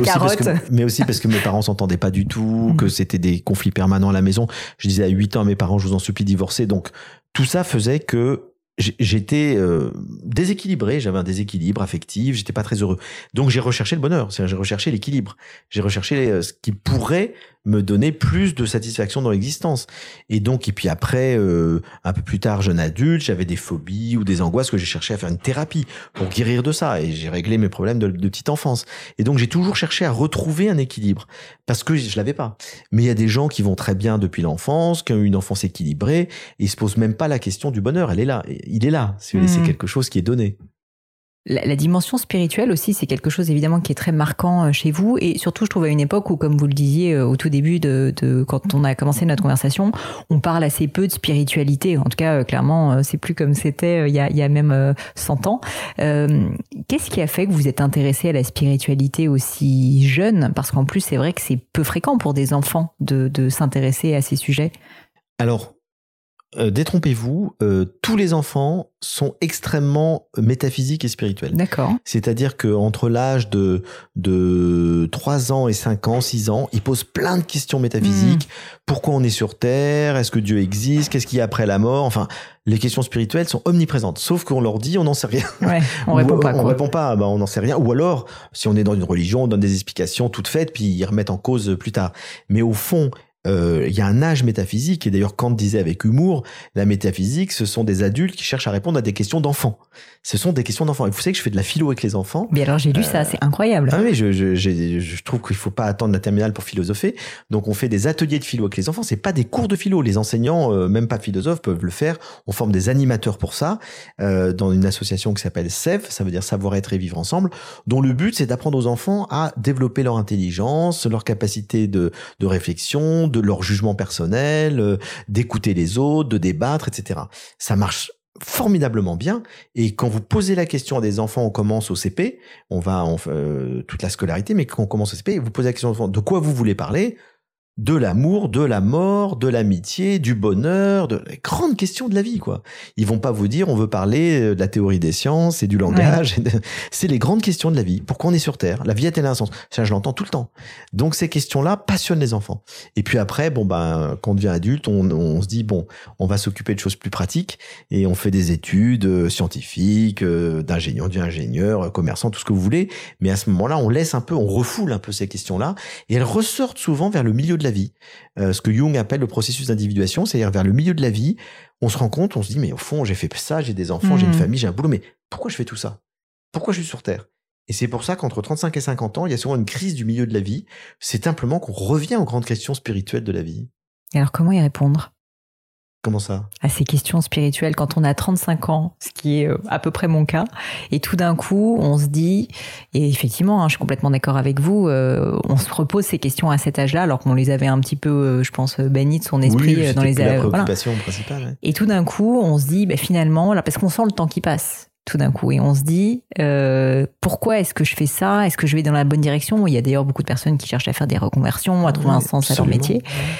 Speaker 2: mais aussi parce que mes parents s'entendaient pas du tout, que c'était des conflits permanents à la maison. Je disais à 8 ans à mes parents, je vous en supplie, divorcez. Donc, tout ça faisait que j'étais déséquilibré, j'avais un déséquilibre affectif, j'étais pas très heureux. Donc j'ai recherché le bonheur, c'est-à-dire j'ai recherché l'équilibre, j'ai recherché ce qui pourrait me donner plus de satisfaction dans l'existence. Et puis après, un peu plus tard, jeune adulte, j'avais des phobies ou des angoisses que j'ai cherché à faire une thérapie pour guérir de ça, et j'ai réglé mes problèmes de petite enfance. Et donc j'ai toujours cherché à retrouver un équilibre parce que je l'avais pas. Mais il y a des gens qui vont très bien depuis l'enfance, qui ont eu une enfance équilibrée, et ils se posent même pas la question du bonheur. Elle est là, il est là. C'est quelque chose qui est donné.
Speaker 1: La dimension spirituelle aussi, c'est quelque chose évidemment qui est très marquant chez vous, et surtout je trouve à une époque où, comme vous le disiez au tout début quand on a commencé notre conversation, on parle assez peu de spiritualité. En tout cas, clairement, c'est plus comme c'était il y a même 100 ans. Qu'est-ce qui a fait que vous êtes intéressé à la spiritualité aussi jeune? Parce qu'en plus, c'est vrai que c'est peu fréquent pour des enfants de s'intéresser à ces sujets.
Speaker 2: Alors, détrompez-vous, tous les enfants sont extrêmement métaphysiques et spirituels.
Speaker 1: D'accord.
Speaker 2: C'est-à-dire qu'entre l'âge de 3 ans et 5 ans, 6 ans, ils posent plein de questions métaphysiques. Pourquoi on est sur Terre? Est-ce que Dieu existe? Qu'est-ce qu'il y a après la mort? Enfin, les questions spirituelles sont omniprésentes. Sauf qu'on leur dit, on n'en sait rien.
Speaker 1: Ouais, on répond pas.
Speaker 2: On répond pas, on n'en sait rien. Ou alors, si on est dans une religion, on donne des explications toutes faites, puis ils remettent en cause plus tard. Mais au fond, il y a un âge métaphysique, et d'ailleurs Kant disait avec humour, la métaphysique, ce sont des adultes qui cherchent à répondre à des questions d'enfants. Ce sont des questions d'enfants. Et vous savez que je fais de la philo avec les enfants.
Speaker 1: Mais alors j'ai lu ça, c'est incroyable.
Speaker 2: Ah oui, je trouve qu'il faut pas attendre la terminale pour philosopher. Donc on fait des ateliers de philo avec les enfants. C'est pas des cours de philo. Les enseignants, même pas philosophes, peuvent le faire. On forme des animateurs pour ça dans une association qui s'appelle SEV, ça veut dire savoir-être et vivre ensemble, dont le but c'est d'apprendre aux enfants à développer leur intelligence, leur capacité de réflexion, de leur jugement personnel, d'écouter les autres, de débattre, etc. Ça marche formidablement bien. Et quand vous posez la question à des enfants, on commence au CP, on toute la scolarité, mais quand on commence au CP, vous posez la question aux enfants, de quoi vous voulez parler? De l'amour, de la mort, de l'amitié, du bonheur, de les grandes questions de la vie, quoi. Ils vont pas vous dire, on veut parler de la théorie des sciences et du langage. Ouais. C'est les grandes questions de la vie. Pourquoi on est sur Terre? La vie a-t-elle un sens? Ça, je l'entends tout le temps. Donc, ces questions-là passionnent les enfants. Et puis après, quand on devient adulte, on se dit, on va s'occuper de choses plus pratiques et on fait des études scientifiques, d'ingénieur, commerçant, tout ce que vous voulez. Mais à ce moment-là, on refoule un peu ces questions-là et elles ressortent souvent vers le milieu de la vie. Ce que Jung appelle le processus d'individuation, c'est-à-dire vers le milieu de la vie, on se rend compte, on se dit, mais au fond, j'ai fait ça, j'ai des enfants, j'ai une famille, j'ai un boulot, mais pourquoi je fais tout ça? Pourquoi je suis sur Terre? Et c'est pour ça qu'entre 35 et 50 ans, il y a souvent une crise du milieu de la vie. C'est simplement qu'on revient aux grandes questions spirituelles de la vie.
Speaker 1: Et alors, comment y répondre?
Speaker 2: Comment ça?
Speaker 1: À ces questions spirituelles quand on a 35 ans, ce qui est à peu près mon cas. Et tout d'un coup, on se dit, et effectivement, je suis complètement d'accord avec vous, on se repose ces questions à cet âge-là, alors qu'on les avait un petit peu, je pense, bannies de son esprit
Speaker 2: dans
Speaker 1: les
Speaker 2: la préoccupation principale. Ouais.
Speaker 1: Et tout d'un coup, on se dit, finalement, là, parce qu'on sent le temps qui passe. Tout d'un coup, et on se dit pourquoi est-ce que je fais ça? Est-ce que je vais dans la bonne direction? Il y a d'ailleurs beaucoup de personnes qui cherchent à faire des reconversions, à trouver un sens à leur métier.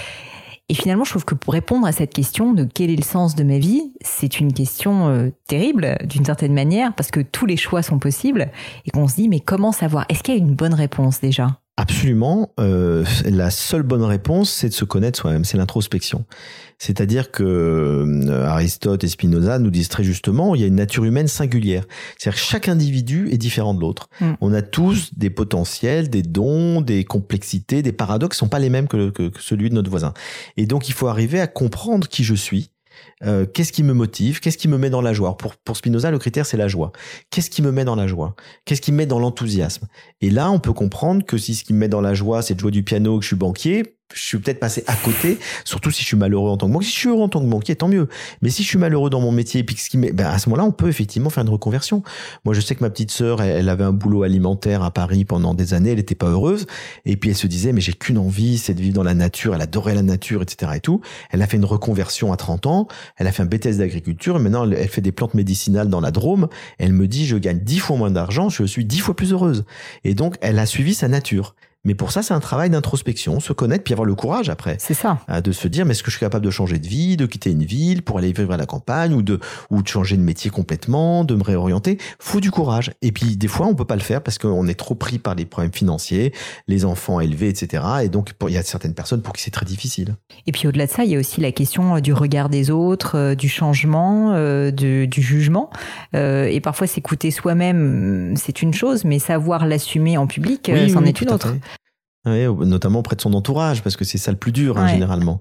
Speaker 1: Et finalement, je trouve que pour répondre à cette question de quel est le sens de ma vie, c'est une question terrible d'une certaine manière, parce que tous les choix sont possibles, et qu'on se dit, mais comment savoir? Est-ce qu'il y a une bonne réponse déjà?
Speaker 2: Absolument. La seule bonne réponse, c'est de se connaître soi-même, c'est l'introspection. C'est-à-dire que Aristote et Spinoza nous disent très justement, il y a une nature humaine singulière. C'est-à-dire que chaque individu est différent de l'autre. On a tous des potentiels, des dons, des complexités, des paradoxes qui sont pas les mêmes que celui de notre voisin. Et donc, il faut arriver à comprendre qui je suis. Qu'est-ce qui me motive? Qu'est-ce qui me met dans la joie? Pour Spinoza, le critère, c'est la joie. Qu'est-ce qui me met dans la joie? Qu'est-ce qui me met dans l'enthousiasme? Et là, on peut comprendre que si ce qui me met dans la joie, c'est de jouer du piano, que je suis banquier, je suis peut-être passé à côté, surtout si je suis malheureux en tant que banquier. Si je suis heureux en tant que banquier, tant mieux. Mais si je suis malheureux dans mon métier, puis à ce moment-là, on peut effectivement faire une reconversion. Moi, je sais que ma petite sœur, elle avait un boulot alimentaire à Paris pendant des années, elle était pas heureuse. Et puis elle se disait, mais j'ai qu'une envie, c'est de vivre dans la nature. Elle adorait la nature, etc. et tout. Elle a fait une reconversion à 30 ans. Elle a fait un BTS d'agriculture. Et maintenant, elle fait des plantes médicinales dans la Drôme. Elle me dit, je gagne 10 fois moins d'argent, je suis 10 fois plus heureuse. Et donc, elle a suivi sa nature. Mais pour ça, c'est un travail d'introspection, se connaître, puis avoir le courage après.
Speaker 1: C'est ça.
Speaker 2: De se dire, mais est-ce que je suis capable de changer de vie, de quitter une ville pour aller vivre à la campagne, ou de changer de métier complètement, de me réorienter? Faut du courage. Et puis, des fois, on peut pas le faire parce qu'on est trop pris par les problèmes financiers, les enfants élevés, etc. Et donc, il y a certaines personnes pour qui c'est très difficile.
Speaker 1: Et puis, au-delà de ça, il y a aussi la question du regard des autres, du changement, du jugement. Et parfois, s'écouter soi-même, c'est une chose, mais savoir l'assumer en public, c'en est une autre.
Speaker 2: Oui, notamment auprès de son entourage, parce que c'est ça le plus dur, généralement.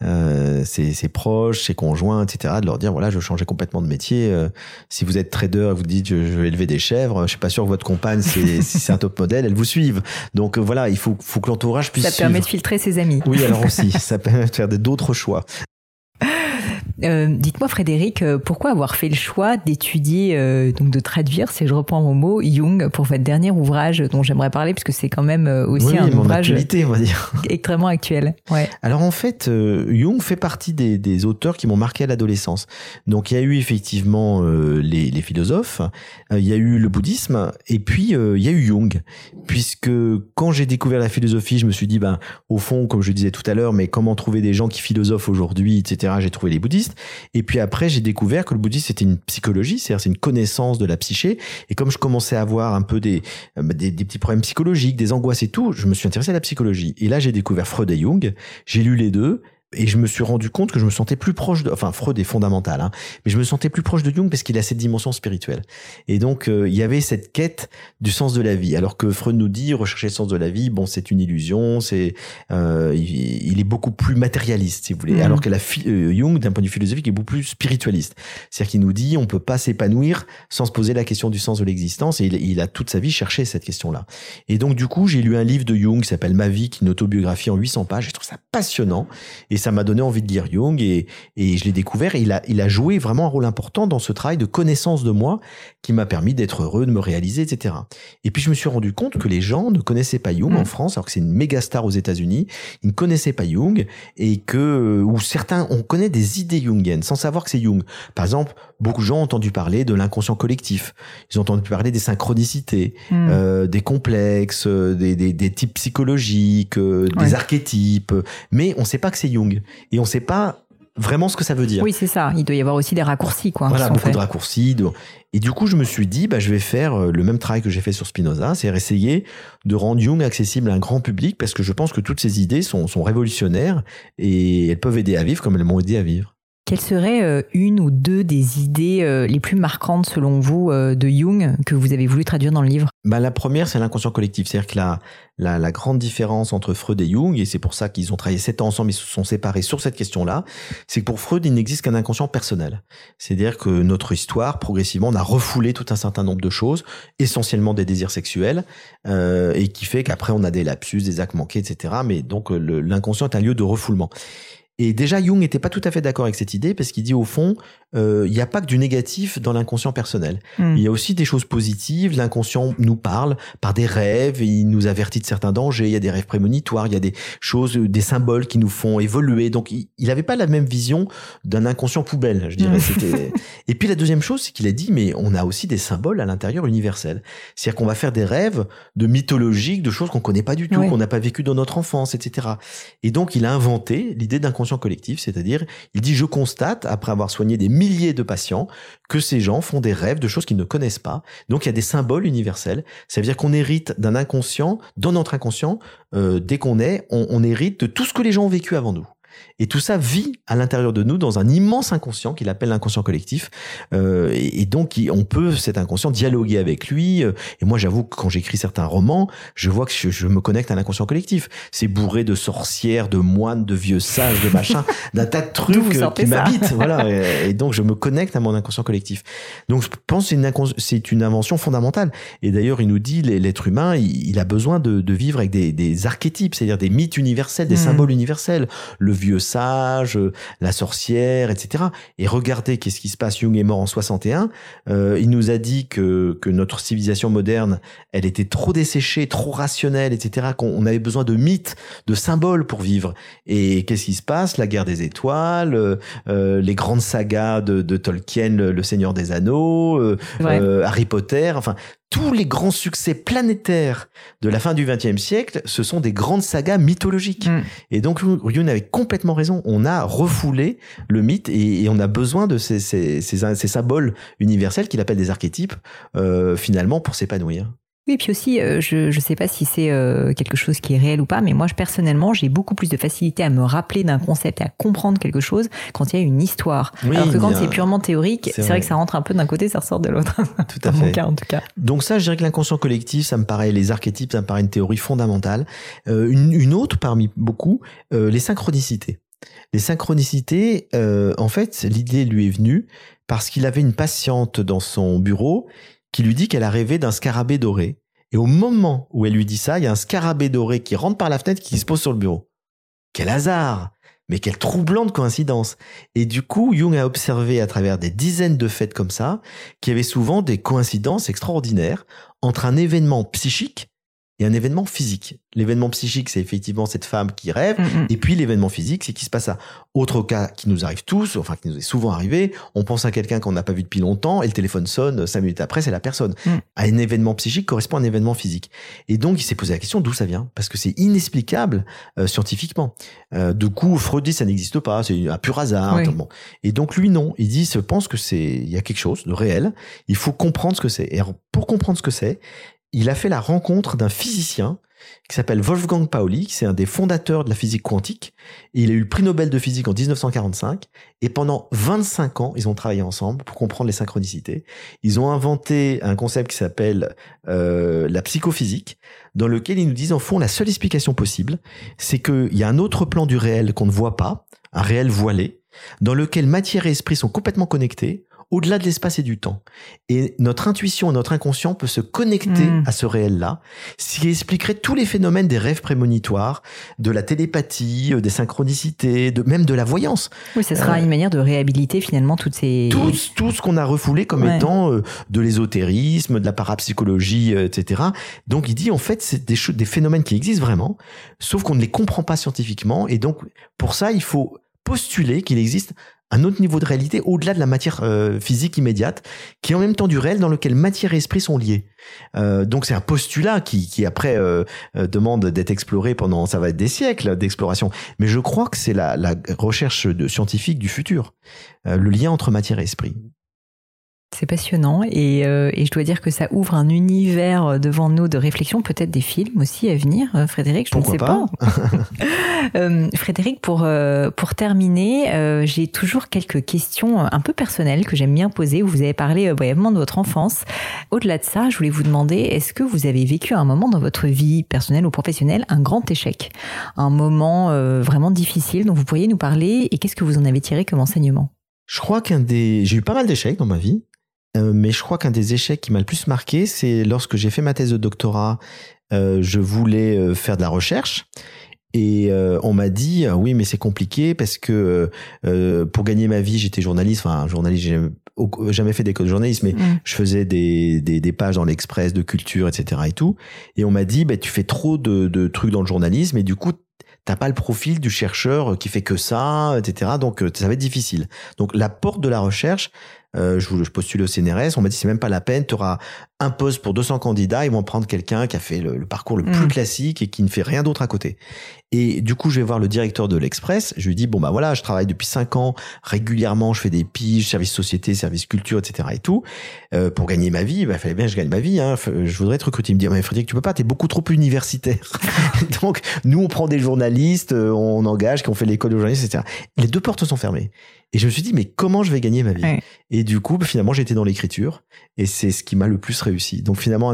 Speaker 2: Ses proches, ses conjoints, etc., de leur dire, voilà, je veux changer complètement de métier. Si vous êtes trader et vous dites, je vais élever des chèvres, je suis pas sûr que votre compagne, si c'est un top modèle, elle vous suive. Donc voilà, il faut que l'entourage puisse suivre.
Speaker 1: Ça permet de filtrer ses amis.
Speaker 2: Oui, alors aussi, ça permet de faire d'autres choix.
Speaker 1: Dites-moi Frédéric, pourquoi avoir fait le choix d'étudier, donc de traduire, si je reprends mon mot, Jung pour votre dernier ouvrage dont j'aimerais parler, puisque c'est quand même aussi un ouvrage
Speaker 2: on va dire.
Speaker 1: Extrêmement actuel. Ouais.
Speaker 2: Alors en fait, Jung fait partie des auteurs qui m'ont marqué à l'adolescence. Donc il y a eu effectivement les philosophes, il y a eu le bouddhisme, et puis il y a eu Jung. Puisque quand j'ai découvert la philosophie, je me suis dit, au fond, comme je disais tout à l'heure, mais comment trouver des gens qui philosophent aujourd'hui, etc., j'ai trouvé les bouddhistes. bouddhiste. Et puis après, j'ai découvert que le bouddhisme, c'était une psychologie, c'est-à-dire c'est une connaissance de la psyché. Et comme je commençais à avoir un peu des petits problèmes psychologiques, des angoisses et tout, je me suis intéressé à la psychologie. Et là, j'ai découvert Freud et Jung. J'ai lu les deux. Et je me suis rendu compte que je me sentais plus proche Freud est fondamental, hein, mais je me sentais plus proche de Jung parce qu'il a cette dimension spirituelle. Et donc, il y avait cette quête du sens de la vie. Alors que Freud nous dit, rechercher le sens de la vie, bon, c'est une illusion, il est beaucoup plus matérialiste, si vous voulez. Alors que Jung, d'un point de vue philosophique, est beaucoup plus spiritualiste. C'est-à-dire qu'il nous dit, on peut pas s'épanouir sans se poser la question du sens de l'existence, et il a toute sa vie cherché cette question-là. Et donc, du coup, j'ai lu un livre de Jung qui s'appelle Ma vie, qui est une autobiographie en 800 pages. Je trouve ça passionnant. Et ça m'a donné envie de lire Jung et je l'ai découvert. Et il a joué vraiment un rôle important dans ce travail de connaissance de moi qui m'a permis d'être heureux, de me réaliser, etc. Et puis je me suis rendu compte que les gens ne connaissaient pas Jung en France, alors que c'est une méga star aux États-Unis. Ils ne connaissaient pas Jung ou certains, on connaît des idées jungiennes sans savoir que c'est Jung. Par exemple, beaucoup de gens ont entendu parler de l'inconscient collectif. Ils ont entendu parler des synchronicités, des complexes, des types psychologiques, des archétypes. Mais on ne sait pas que c'est Jung. Et on ne sait pas vraiment ce que ça veut dire.
Speaker 1: Oui, c'est ça. Il doit y avoir aussi des raccourcis, quoi.
Speaker 2: Voilà, beaucoup de raccourcis. Et du coup, je me suis dit, je vais faire le même travail que j'ai fait sur Spinoza, c'est essayer de rendre Jung accessible à un grand public, parce que je pense que toutes ces idées sont révolutionnaires et elles peuvent aider à vivre comme elles m'ont aidé à vivre.
Speaker 1: Quelles seraient une ou deux des idées les plus marquantes selon vous de Jung que vous avez voulu traduire dans le livre ?
Speaker 2: La première, c'est l'inconscient collectif. C'est-à-dire que la grande différence entre Freud et Jung, et c'est pour ça qu'ils ont travaillé 7 ans ensemble, ils se sont séparés sur cette question-là, c'est que pour Freud, il n'existe qu'un inconscient personnel. C'est-à-dire que notre histoire, progressivement, on a refoulé tout un certain nombre de choses, essentiellement des désirs sexuels, et qui fait qu'après, on a des lapsus, des actes manqués, etc. Mais donc, l'inconscient est un lieu de refoulement. Et déjà, Jung n'était pas tout à fait d'accord avec cette idée parce qu'il dit au fond, il n'y a pas que du négatif dans l'inconscient personnel. Il y a aussi des choses positives. L'inconscient nous parle par des rêves, il nous avertit de certains dangers, il y a des rêves prémonitoires, il y a des choses, des symboles qui nous font évoluer. Donc, il n'avait pas la même vision d'un inconscient poubelle, je dirais. Et puis la deuxième chose, c'est qu'il a dit, mais on a aussi des symboles à l'intérieur universels. C'est-à-dire qu'on va faire des rêves de mythologiques, de choses qu'on connaît pas du tout, qu'on n'a pas vécu dans notre enfance, etc. Et donc, il a inventé l'idée d'inconscient collectif, c'est-à-dire, il dit, je constate, après avoir soigné des milliers de patients, que ces gens font des rêves de choses qu'ils ne connaissent pas. Donc, il y a des symboles universels. Ça veut dire qu'on hérite d'un inconscient, dans notre inconscient, dès qu'on est, on hérite de tout ce que les gens ont vécu avant nous. Et tout ça vit à l'intérieur de nous dans un immense inconscient qu'il appelle l'inconscient collectif. Et donc, on peut, cet inconscient, dialoguer avec lui. Et moi, j'avoue que quand j'écris certains romans, je vois que je me connecte à l'inconscient collectif. C'est bourré de sorcières, de moines, de vieux sages, de machins, d'un tas de trucs qui m'habitent. Voilà. Et donc, je me connecte à mon inconscient collectif. Donc, je pense que c'est une invention fondamentale. Et d'ailleurs, il nous dit, l'être humain, il a besoin de vivre avec des archétypes, c'est-à-dire des mythes universels, des symboles universels. Le vieux sage, la sorcière, etc. Et regardez qu'est-ce qui se passe. Jung est mort en 61. Il nous a dit que notre civilisation moderne, elle était trop desséchée, trop rationnelle, etc. Qu'on avait besoin de mythes, de symboles pour vivre. Et qu'est-ce qui se passe? La guerre des étoiles, les grandes sagas de Tolkien, le Seigneur des Anneaux, Harry Potter, enfin... Tous les grands succès planétaires de la fin du XXe siècle, ce sont des grandes sagas mythologiques. Et donc, Jung avait complètement raison. On a refoulé le mythe et on a besoin de ces symboles universels qu'il appelle des archétypes, finalement, pour s'épanouir.
Speaker 1: Oui, et puis aussi, je sais pas si c'est quelque chose qui est réel ou pas, mais moi, personnellement, j'ai beaucoup plus de facilité à me rappeler d'un concept et à comprendre quelque chose quand il y a une histoire. Oui, alors que quand c'est purement théorique, c'est vrai que ça rentre un peu d'un côté, ça ressort de l'autre.
Speaker 2: Tout à fait. Dans mon cas, en tout cas. Donc ça, je dirais que l'inconscient collectif, ça me paraît, les archétypes, ça me paraît une théorie fondamentale. Une autre parmi beaucoup, les synchronicités. Les synchronicités, en fait, l'idée lui est venue parce qu'il avait une patiente dans son bureau qui lui dit qu'elle a rêvé d'un scarabée doré. Et au moment où elle lui dit ça, il y a un scarabée doré qui rentre par la fenêtre qui se pose sur le bureau. Quel hasard! Mais quelle troublante coïncidence! Et du coup, Jung a observé à travers des dizaines de faits comme ça, qu'il y avait souvent des coïncidences extraordinaires entre un événement psychique et un événement physique. L'événement psychique, c'est effectivement cette femme qui rêve, et puis l'événement physique, c'est qu'il se passe ça. Autre cas qui nous arrive tous, enfin qui nous est souvent arrivé, on pense à quelqu'un qu'on n'a pas vu depuis longtemps, et le téléphone sonne 5 minutes après, c'est la personne. Un événement psychique correspond à un événement physique. Et donc, il s'est posé la question d'où ça vient, parce que c'est inexplicable scientifiquement. Du coup, Freud dit ça n'existe pas, c'est un pur hasard.
Speaker 1: Oui.
Speaker 2: Bon. Et donc, lui, non. Il dit, je pense que il y a quelque chose de réel, il faut comprendre ce que c'est. Et alors, pour comprendre ce que c'est, il a fait la rencontre d'un physicien qui s'appelle Wolfgang Pauli, c'est un des fondateurs de la physique quantique. Et il a eu le prix Nobel de physique en 1945. Et pendant 25 ans, ils ont travaillé ensemble pour comprendre les synchronicités. Ils ont inventé un concept qui s'appelle la psychophysique, dans lequel ils nous disent, en fond, la seule explication possible, c'est qu'il y a un autre plan du réel qu'on ne voit pas, un réel voilé, dans lequel matière et esprit sont complètement connectés, au-delà de l'espace et du temps. Et notre intuition, notre inconscient peut se connecter à ce réel-là, ce qui expliquerait tous les phénomènes des rêves prémonitoires, de la télépathie, des synchronicités, même de la voyance.
Speaker 1: Oui, ça sera une manière de réhabiliter finalement toutes ces...
Speaker 2: Tout ce qu'on a refoulé comme étant de l'ésotérisme, de la parapsychologie, etc. Donc il dit en fait c'est des phénomènes qui existent vraiment, sauf qu'on ne les comprend pas scientifiquement. Et donc pour ça il faut postuler qu'il existe un autre niveau de réalité au-delà de la matière physique immédiate, qui est en même temps du réel dans lequel matière et esprit sont liés. Donc c'est un postulat qui après demande d'être exploré pendant, ça va être des siècles d'exploration. Mais je crois que c'est la recherche scientifique du futur, le lien entre matière et esprit.
Speaker 1: C'est passionnant et je dois dire que ça ouvre un univers devant nous de réflexion, peut-être des films aussi à venir, Frédéric, je ne sais pas. Frédéric, pour terminer, j'ai toujours quelques questions un peu personnelles que j'aime bien poser. Vous avez parlé brièvement de votre enfance. Au-delà de ça, je voulais vous demander, est-ce que vous avez vécu à un moment dans votre vie personnelle ou professionnelle un grand échec, un moment vraiment difficile dont vous pourriez nous parler et qu'est-ce que vous en avez tiré comme enseignement?
Speaker 2: Je crois j'ai eu pas mal d'échecs dans ma vie. Mais je crois qu'un des échecs qui m'a le plus marqué, c'est lorsque j'ai fait ma thèse de doctorat, je voulais faire de la recherche. Et on m'a dit oui mais c'est compliqué parce que pour gagner ma vie j'étais journaliste, j'ai jamais fait d'école de journalisme mais je faisais des pages dans l'Express de culture etc et tout, et on m'a dit tu fais trop de trucs dans le journalisme et du coup t'as pas le profil du chercheur qui fait que ça etc, donc ça va être difficile. Donc la porte de la recherche, je postule au CNRS, on m'a dit c'est même pas la peine, tu auras un poste pour 200 candidats, ils vont prendre quelqu'un qui a fait le parcours le plus classique et qui ne fait rien d'autre à côté. Et du coup, je vais voir le directeur de l'Express, je lui dis bon voilà, je travaille depuis 5 ans, régulièrement je fais des piges, service société, service culture, etc. et tout, pour gagner ma vie, fallait bien que je gagne ma vie, je voudrais te recruter. Il me dit mais Frédéric, tu peux pas, t'es beaucoup trop universitaire. Donc nous on prend des journalistes, on engage, qui ont fait l'école de journalisme, etc. Les deux portes sont fermées. Et je me suis dit, mais comment je vais gagner ma vie? Et du coup, finalement, j'étais dans l'écriture et c'est ce qui m'a le plus réussi. Donc finalement, un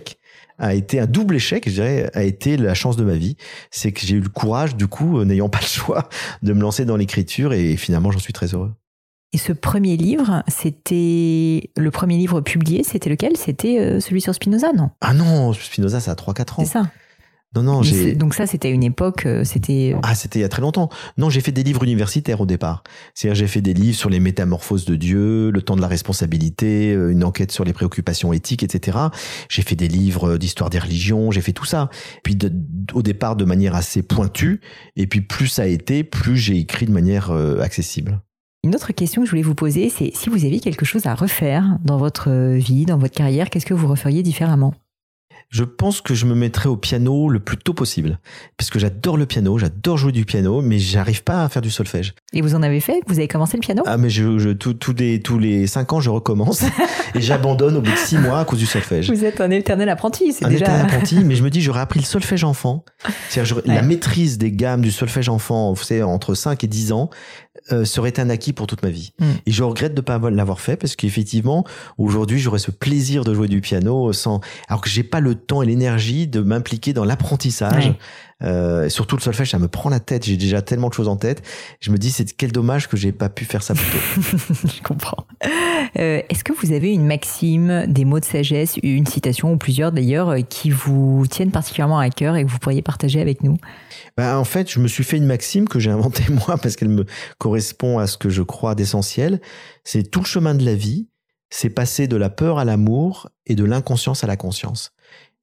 Speaker 2: double échec, je dirais, a été la chance de ma vie. C'est que j'ai eu le courage, du coup, n'ayant pas le choix, de me lancer dans l'écriture et finalement, j'en suis très heureux.
Speaker 1: Et ce premier livre, c'était le premier livre publié, c'était lequel? C'était celui sur Spinoza, non?
Speaker 2: Ah non, Spinoza, ça a 3-4 ans.
Speaker 1: C'est ça.
Speaker 2: Non,
Speaker 1: donc ça, c'était à une époque, c'était...
Speaker 2: Ah, c'était il y a très longtemps. Non, j'ai fait des livres universitaires au départ. C'est-à-dire, j'ai fait des livres sur les métamorphoses de Dieu, le temps de la responsabilité, une enquête sur les préoccupations éthiques, etc. J'ai fait des livres d'histoire des religions, j'ai fait tout ça. Puis au départ, de manière assez pointue. Et puis, plus ça a été, plus j'ai écrit de manière accessible.
Speaker 1: Une autre question que je voulais vous poser, c'est si vous aviez quelque chose à refaire dans votre vie, dans votre carrière, qu'est-ce que vous referiez différemment?
Speaker 2: Je pense que je me mettrai au piano le plus tôt possible. Parce que j'adore le piano, j'adore jouer du piano, mais j'arrive pas à faire du solfège.
Speaker 1: Et vous en avez fait? Vous avez commencé le piano?
Speaker 2: Ah, mais tous les 5 ans, je recommence. Et j'abandonne au bout de 6 mois à cause du solfège.
Speaker 1: Vous êtes un éternel apprenti, c'est déjà...
Speaker 2: Un éternel apprenti, mais je me dis, j'aurais appris le solfège enfant. C'est-à-dire, la maîtrise des gammes du solfège enfant, vous savez, entre 5 et 10 ans, serait un acquis pour toute ma vie. Et je regrette de pas l'avoir fait parce qu'effectivement, aujourd'hui, j'aurais ce plaisir de jouer du piano alors que j'ai pas le temps et l'énergie de m'impliquer dans l'apprentissage. Surtout le solfège, ça me prend la tête. J'ai déjà tellement de choses en tête. Je me dis, quel dommage que j'ai pas pu faire ça plus tôt.
Speaker 1: Je comprends. Est-ce que vous avez une maxime, des mots de sagesse, une citation ou plusieurs d'ailleurs, qui vous tiennent particulièrement à cœur et que vous pourriez partager avec nous?
Speaker 2: En fait, je me suis fait une maxime que j'ai inventée moi parce qu'elle me correspond à ce que je crois d'essentiel. C'est tout le chemin de la vie, c'est passer de la peur à l'amour et de l'inconscience à la conscience.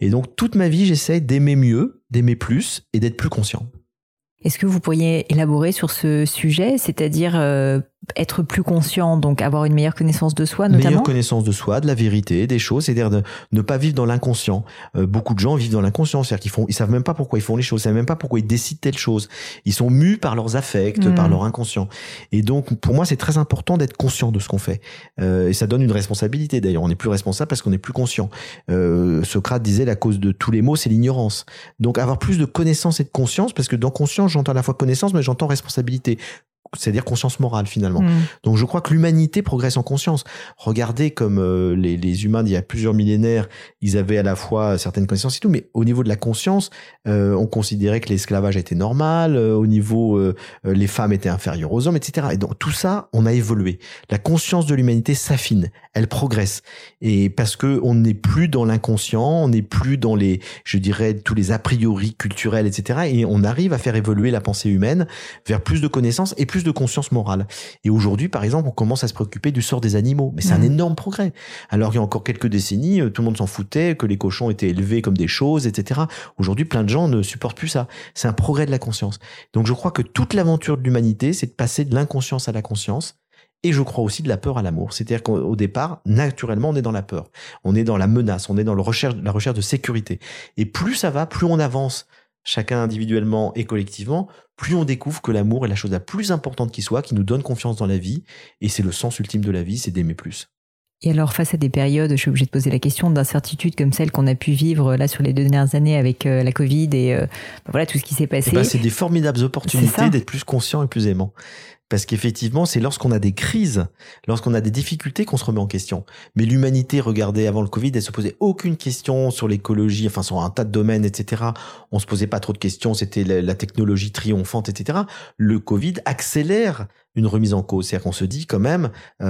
Speaker 2: Et donc, toute ma vie, j'essaie d'aimer mieux, d'aimer plus et d'être plus conscient.
Speaker 1: Est-ce que vous pourriez élaborer sur ce sujet, c'est-à-dire être plus conscient, donc avoir une meilleure connaissance de soi, notamment ?
Speaker 2: Meilleure connaissance de soi, de la vérité, des choses, c'est-à-dire de ne pas vivre dans l'inconscient. Beaucoup de gens vivent dans l'inconscient, c'est-à-dire ils savent même pas pourquoi ils font les choses, ils savent même pas pourquoi ils décident telle chose. Ils sont mus par leurs affects, par leur inconscient. Et donc, pour moi, c'est très important d'être conscient de ce qu'on fait. Et ça donne une responsabilité. D'ailleurs, on n'est plus responsable parce qu'on n'est plus conscient. Socrate disait la cause de tous les maux, c'est l'ignorance. Donc, avoir plus de connaissance et de conscience, parce que dans conscience, j'entends à la fois connaissance, mais j'entends responsabilité. C'est-à-dire conscience morale finalement. Donc je crois que l'humanité progresse en conscience. Regardez comme les humains d'il y a plusieurs millénaires, ils avaient à la fois certaines connaissances et tout, mais au niveau de la conscience, on considérait que l'esclavage était normal, au niveau les femmes étaient inférieures aux hommes, etc. Et donc tout ça, on a évolué. La conscience de l'humanité s'affine, elle progresse. Et parce que on n'est plus dans l'inconscient, on n'est plus dans les, je dirais, tous les a priori culturels, etc. Et on arrive à faire évoluer la pensée humaine vers plus de connaissances et plus de conscience morale. Et aujourd'hui, par exemple, on commence à se préoccuper du sort des animaux. Mais c'est un énorme progrès. Alors, il y a encore quelques décennies, tout le monde s'en foutait, que les cochons étaient élevés comme des choses, etc. Aujourd'hui, plein de gens ne supportent plus ça. C'est un progrès de la conscience. Donc, je crois que toute l'aventure de l'humanité, c'est de passer de l'inconscience à la conscience. Et je crois aussi de la peur à l'amour. C'est-à-dire qu'au départ, naturellement, on est dans la peur. On est dans la menace. On est dans la recherche de sécurité. Et plus ça va, plus on avance, chacun individuellement et collectivement, plus on découvre que l'amour est la chose la plus importante qui soit, qui nous donne confiance dans la vie. Et c'est le sens ultime de la vie, c'est d'aimer plus.
Speaker 1: Et alors, face à des périodes, je suis obligée de poser la question, d'incertitude comme celle qu'on a pu vivre là sur les 2 dernières années avec la Covid et voilà tout ce qui s'est passé.
Speaker 2: C'est des formidables opportunités d'être plus conscient et plus aimant. Parce qu'effectivement, c'est lorsqu'on a des crises, lorsqu'on a des difficultés qu'on se remet en question. Mais l'humanité, regardez, avant le Covid, elle se posait aucune question sur l'écologie, enfin sur un tas de domaines, etc. On se posait pas trop de questions, c'était la technologie triomphante, etc. Le Covid accélère une remise en cause. C'est-à-dire qu'on se dit quand même,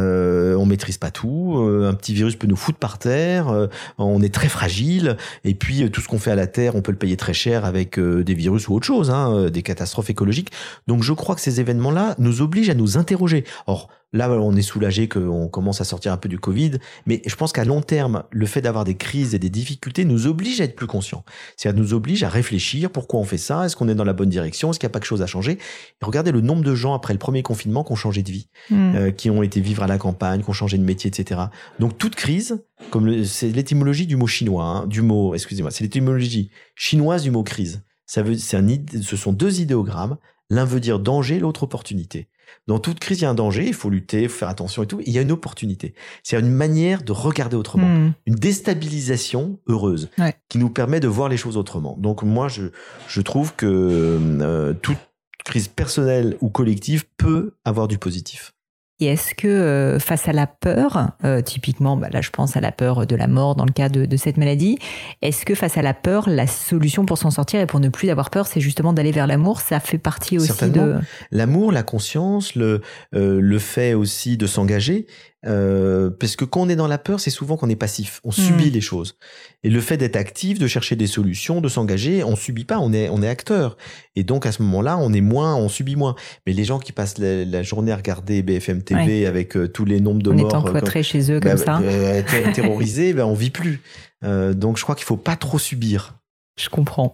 Speaker 2: on maîtrise pas tout, un petit virus peut nous foutre par terre, on est très fragile, et puis tout ce qu'on fait à la Terre, on peut le payer très cher avec des virus ou autre chose, des catastrophes écologiques. Donc je crois que ces événements-là nous obligent à nous interroger. Or, là, on est soulagé qu'on commence à sortir un peu du Covid, mais je pense qu'à long terme, le fait d'avoir des crises et des difficultés nous oblige à être plus conscients. C'est-à-dire nous oblige à réfléchir, pourquoi on fait ça, est-ce qu'on est dans la bonne direction, est-ce qu'il n'y a pas que chose à changer. Et regardez le nombre de gens après le premier confinement qui ont changé de vie, qui ont été vivre à la campagne, qui ont changé de métier, etc. Donc toute crise, c'est l'étymologie du mot chinois, c'est l'étymologie chinoise du mot crise. Ce sont 2 idéogrammes, l'un veut dire danger, l'autre opportunité. Dans toute crise, il y a un danger, il faut lutter, il faut faire attention et tout. Et il y a une opportunité. C'est une manière de regarder autrement. Une déstabilisation heureuse qui nous permet de voir les choses autrement. Donc moi, je trouve que toute crise personnelle ou collective peut avoir du positif.
Speaker 1: Et est-ce que face à la peur, typiquement, là je pense à la peur de la mort dans le cas de cette maladie, est-ce que face à la peur, la solution pour s'en sortir et pour ne plus avoir peur, c'est justement d'aller vers l'amour? Ça fait partie aussi
Speaker 2: certainement. L'amour, la conscience, le fait aussi de s'engager. Parce que quand on est dans la peur, c'est souvent qu'on est passif, on subit les choses. Et le fait d'être actif, de chercher des solutions, de s'engager, on subit pas, on est acteur. Et donc à ce moment-là, on subit moins. Mais les gens qui passent la journée à regarder BFM TV avec tous les nombres de morts,
Speaker 1: on est encloîtrés chez eux comme ça,
Speaker 2: terrorisés, on vit plus. Donc je crois qu'il faut pas trop subir.
Speaker 1: Je comprends.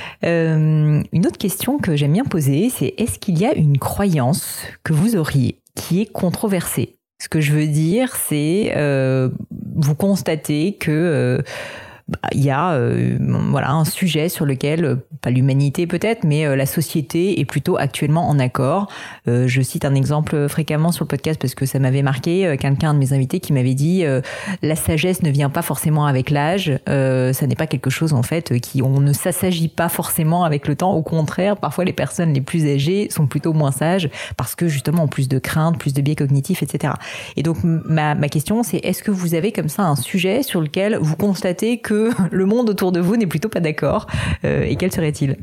Speaker 1: Une autre question que j'aime bien poser, c'est est-ce qu'il y a une croyance que vous auriez qui est controversée? Ce que je veux dire, c'est vous constatez que il y a un sujet sur lequel, pas l'humanité peut-être, mais la société est plutôt actuellement en accord. Je cite un exemple fréquemment sur le podcast parce que ça m'avait marqué. Quelqu'un de mes invités qui m'avait dit la sagesse ne vient pas forcément avec l'âge. Ça n'est pas quelque chose en fait on ne s'assagit pas forcément avec le temps. Au contraire, parfois les personnes les plus âgées sont plutôt moins sages parce que justement ont plus de craintes, plus de biais cognitifs, etc. Et donc ma question c'est est-ce que vous avez comme ça un sujet sur lequel vous constatez que le monde autour de vous n'est plutôt pas d'accord, et quel serait-il?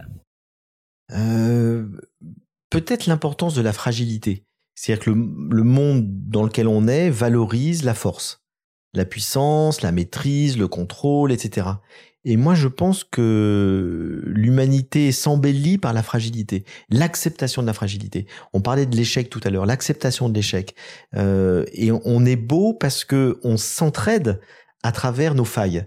Speaker 2: Peut-être l'importance de la fragilité. C'est-à-dire que le monde dans lequel on est valorise la force, la puissance, la maîtrise, le contrôle, etc. Et moi, je pense que l'humanité s'embellit par la fragilité, l'acceptation de la fragilité. On parlait de l'échec tout à l'heure, l'acceptation de l'échec. Et on est beau parce que on s'entraide à travers nos failles.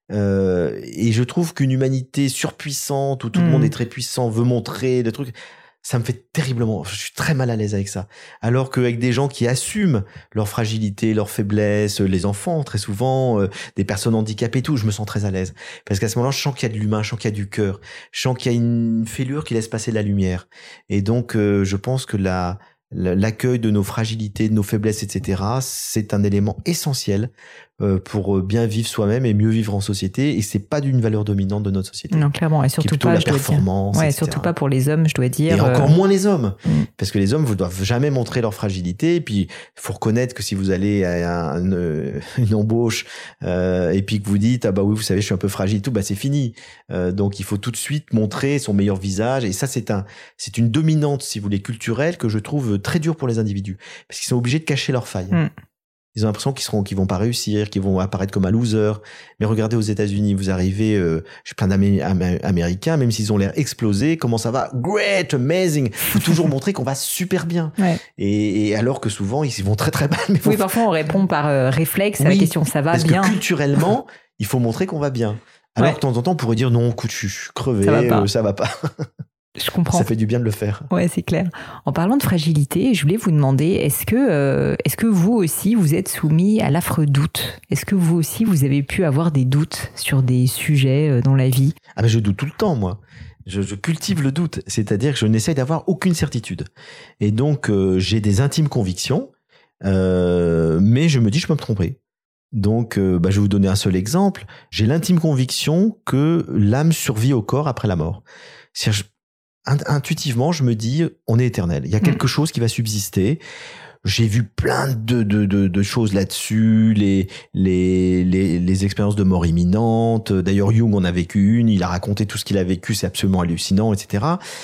Speaker 2: Et je trouve qu'une humanité surpuissante où tout le monde est très puissant, veut montrer des trucs, ça me fait terriblement, je suis très mal à l'aise avec ça. Alors qu'avec des gens qui assument leur fragilité, leur faiblesse, les enfants très souvent, des personnes handicapées et tout, je me sens très à l'aise. Parce qu'à ce moment-là, je sens qu'il y a de l'humain, je sens qu'il y a du cœur, je sens qu'il y a une fêlure qui laisse passer la lumière. Et donc, je pense que l'accueil de nos fragilités, de nos faiblesses, etc., c'est un élément essentiel pour bien vivre soi-même et mieux vivre en société. Et c'est pas d'une valeur dominante de notre société.
Speaker 1: Non, clairement. Et surtout pas,
Speaker 2: la performance,
Speaker 1: ouais,
Speaker 2: etc.
Speaker 1: surtout pas pour les hommes, je dois dire.
Speaker 2: Et encore moins les hommes. Parce que les hommes ne doivent jamais montrer leur fragilité. Et puis, il faut reconnaître que si vous allez à une embauche, et puis que vous dites, ah bah oui, vous savez, je suis un peu fragile, tout, bah c'est fini. Donc, il faut tout de suite montrer son meilleur visage. Et ça, c'est une dominante, si vous voulez, culturelle que je trouve très dure pour les individus. Parce qu'ils sont obligés de cacher leurs failles. Ils ont l'impression qu'ils vont pas réussir, qu'ils vont apparaître comme un loser. Mais regardez aux États-Unis, vous arrivez, j'ai plein d'Américains, même s'ils ont l'air explosés, comment ça va? Great, amazing. Faut toujours montrer qu'on va super bien.
Speaker 1: Ouais.
Speaker 2: Et alors que souvent, ils vont très très mal. Mais
Speaker 1: oui, parfois on répond par réflexe à la question ça va
Speaker 2: parce
Speaker 1: bien.
Speaker 2: Parce que culturellement, il faut montrer qu'on va bien. Alors que de temps en temps, on pourrait dire non, écoute, je suis crevé, ça va pas.
Speaker 1: Je comprends.
Speaker 2: Ça fait du bien de le faire.
Speaker 1: Ouais, c'est clair. En parlant de fragilité, je voulais vous demander, est-ce que vous aussi, vous êtes soumis à l'affreux doute? Est-ce que vous aussi, vous avez pu avoir des doutes sur des sujets dans la vie?
Speaker 2: Ah ben je doute tout le temps, moi. Je cultive le doute, c'est-à-dire que je n'essaye d'avoir aucune certitude. Et donc, j'ai des intimes convictions, mais je me dis, je peux me tromper. Donc, je vais vous donner un seul exemple. J'ai l'intime conviction que l'âme survit au corps après la mort. C'est-à-dire, intuitivement, je me dis, on est éternel. Il y a quelque chose qui va subsister. J'ai vu plein de choses là-dessus, les expériences de mort imminente. D'ailleurs, Jung en a vécu une. Il a raconté tout ce qu'il a vécu. C'est absolument hallucinant, etc.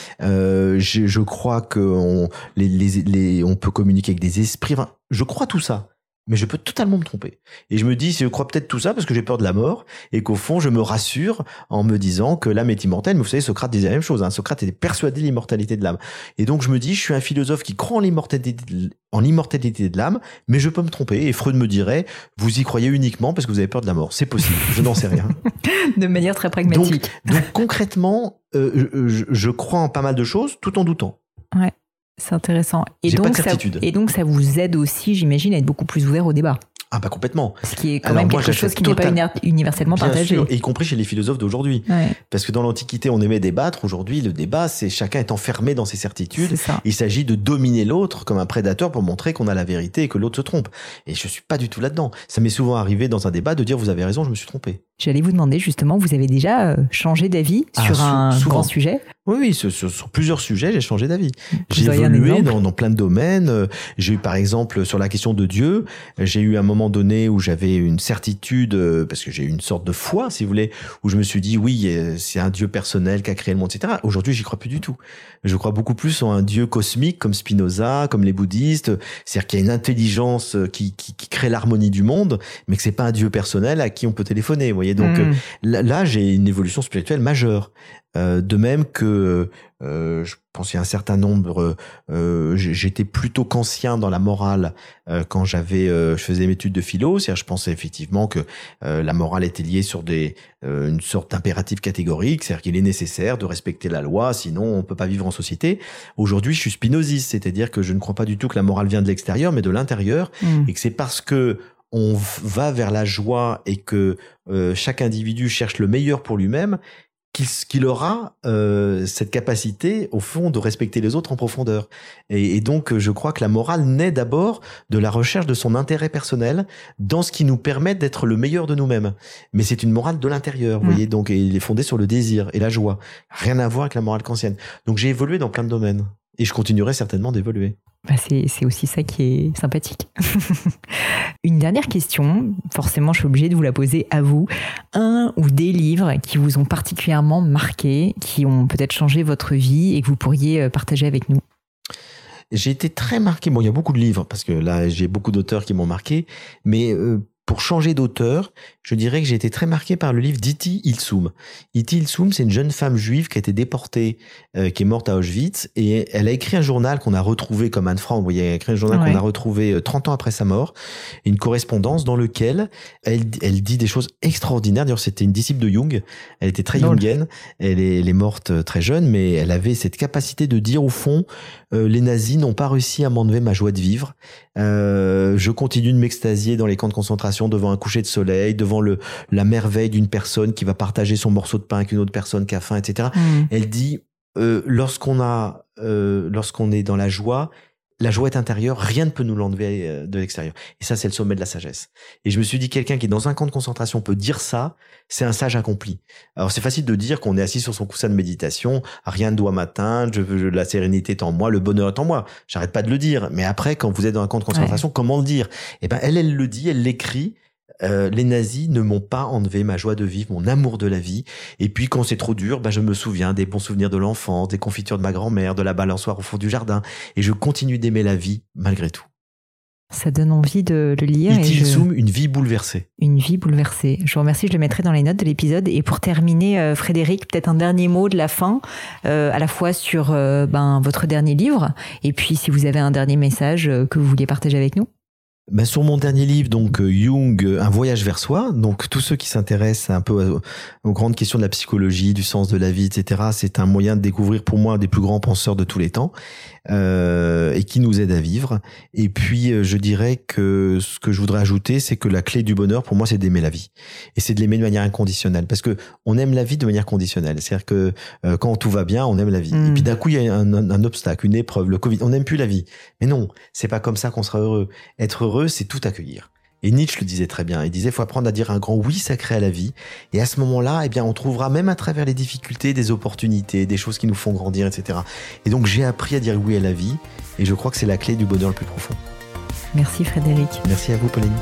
Speaker 2: Je crois que on peut communiquer avec des esprits. Enfin, je crois tout ça. Mais je peux totalement me tromper. Et je me dis, je crois peut-être tout ça parce que j'ai peur de la mort et qu'au fond, je me rassure en me disant que l'âme est immortelle. Mais vous savez, Socrate disait la même chose. Socrate était persuadé de l'immortalité de l'âme. Et donc, je me dis, je suis un philosophe qui croit en l'immortalité de l'âme, mais je peux me tromper. Et Freud me dirait, vous y croyez uniquement parce que vous avez peur de la mort. C'est possible. Je n'en sais rien.
Speaker 1: De manière très pragmatique.
Speaker 2: Donc concrètement, je crois en pas mal de choses tout en doutant.
Speaker 1: Ouais. C'est intéressant. Et donc, ça vous aide aussi, j'imagine, à être beaucoup plus ouvert au débat.
Speaker 2: Ah bah complètement.
Speaker 1: Ce qui est quand même quelque chose qui n'est pas universellement partagé.
Speaker 2: Bien sûr, et y compris chez les philosophes d'aujourd'hui. Ouais. Parce que dans l'Antiquité, on aimait débattre. Aujourd'hui, le débat, c'est chacun est enfermé dans ses certitudes. Il s'agit de dominer l'autre comme un prédateur pour montrer qu'on a la vérité et que l'autre se trompe. Et je suis pas du tout là-dedans. Ça m'est souvent arrivé dans un débat de dire vous avez raison, je me suis trompé.
Speaker 1: J'allais vous demander justement, vous avez déjà changé d'avis sur un grand sujet?
Speaker 2: Oui, sur plusieurs sujets, j'ai changé d'avis. J'ai évolué dans plein de domaines. J'ai eu, par exemple, sur la question de Dieu, j'ai eu un moment donné où j'avais une certitude, parce que j'ai eu une sorte de foi, si vous voulez, où je me suis dit, oui, c'est un Dieu personnel qui a créé le monde, etc. Aujourd'hui, j'y crois plus du tout. Je crois beaucoup plus en un Dieu cosmique, comme Spinoza, comme les bouddhistes. C'est-à-dire qu'il y a une intelligence qui crée l'harmonie du monde, mais que c'est pas un Dieu personnel à qui on peut téléphoner. Vous voyez, donc là, j'ai une évolution spirituelle majeure. De même que je pense qu'il y a un certain nombre, j'étais plutôt kantien dans la morale quand je faisais mes études de philo. C'est-à-dire, je pensais effectivement que la morale était liée sur une sorte d'impératif catégorique, c'est-à-dire qu'il est nécessaire de respecter la loi, sinon on peut pas vivre en société. Aujourd'hui, je suis spinoziste, c'est-à-dire que je ne crois pas du tout que la morale vient de l'extérieur, mais de l'intérieur, et que c'est parce que on va vers la joie et que chaque individu cherche le meilleur pour lui-même qu'il aura cette capacité, au fond, de respecter les autres en profondeur. Et donc, je crois que la morale naît d'abord de la recherche de son intérêt personnel dans ce qui nous permet d'être le meilleur de nous-mêmes. Mais c'est une morale de l'intérieur, vous voyez, donc, et il est fondé sur le désir et la joie. Rien à voir avec la morale kantienne. Donc, j'ai évolué dans plein de domaines. Et je continuerai certainement d'évoluer.
Speaker 1: Bah c'est aussi ça qui est sympathique. Une dernière question, forcément je suis obligée de vous la poser à vous. Un ou des livres qui vous ont particulièrement marqué, qui ont peut-être changé votre vie et que vous pourriez partager avec nous?
Speaker 2: J'ai été très marqué. Bon, il y a beaucoup de livres parce que là, j'ai beaucoup d'auteurs qui m'ont marqué. Mais pour changer d'auteur, je dirais que j'ai été très marqué par le livre d'Iti Ilsum. Iti Ilsum, c'est une jeune femme juive qui a été déportée, qui est morte à Auschwitz, et elle a écrit un journal qu'on a retrouvé, comme Anne Frank, vous voyez, elle a écrit un journal qu'on a retrouvé 30 ans après sa mort, une correspondance dans lequel elle dit des choses extraordinaires. D'ailleurs, c'était une disciple de Jung, elle était très jungienne, elle est morte très jeune, mais elle avait cette capacité de dire, au fond, les nazis n'ont pas réussi à m'enlever ma joie de vivre. Je continue de m'extasier dans les camps de concentration devant un coucher de soleil, devant la merveille d'une personne qui va partager son morceau de pain avec une autre personne qui a faim, etc. Elle dit, lorsqu'on est dans la joie est intérieure, rien ne peut nous l'enlever de l'extérieur. Et ça, c'est le sommet de la sagesse. Et je me suis dit, quelqu'un qui est dans un camp de concentration peut dire ça, c'est un sage accompli. Alors, c'est facile de dire qu'on est assis sur son coussin de méditation, rien ne doit m'atteindre, la sérénité est en moi, le bonheur est en moi. J'arrête pas de le dire. Mais après, quand vous êtes dans un camp de concentration, comment le dire? Eh ben, elle le dit, elle l'écrit. Les nazis ne m'ont pas enlevé ma joie de vivre, mon amour de la vie. Et puis quand c'est trop dur, je me souviens des bons souvenirs de l'enfance, des confitures de ma grand-mère, de la balançoire au fond du jardin. Et je continue d'aimer la vie malgré tout.
Speaker 1: Ça donne envie de le lire.
Speaker 2: Iti Ilsum, une vie bouleversée.
Speaker 1: Une vie bouleversée. Je vous remercie, je le mettrai dans les notes de l'épisode. Et pour terminer, Frédéric, peut-être un dernier mot de la fin, à la fois sur votre dernier livre, et puis si vous avez un dernier message que vous vouliez partager avec nous.
Speaker 2: Sur mon dernier livre, donc Jung, un voyage vers soi. Donc tous ceux qui s'intéressent un peu aux grandes questions de la psychologie, du sens de la vie, etc. C'est un moyen de découvrir pour moi un des plus grands penseurs de tous les temps et qui nous aide à vivre. Et puis je dirais que ce que je voudrais ajouter, c'est que la clé du bonheur pour moi, c'est d'aimer la vie et c'est de l'aimer de manière inconditionnelle. Parce que on aime la vie de manière conditionnelle. C'est-à-dire que quand tout va bien, on aime la vie. Et puis d'un coup, il y a un obstacle, une épreuve, le Covid. On n'aime plus la vie. Mais non, c'est pas comme ça qu'on sera heureux. Être heureux, c'est tout accueillir. Et Nietzsche le disait très bien. Il disait, faut apprendre à dire un grand oui sacré à la vie. Et à ce moment-là, on trouvera même à travers les difficultés des opportunités, des choses qui nous font grandir, etc. Et donc, j'ai appris à dire oui à la vie. Et je crois que c'est la clé du bonheur le plus profond.
Speaker 1: Merci Frédéric.
Speaker 2: Merci à vous, Pauline.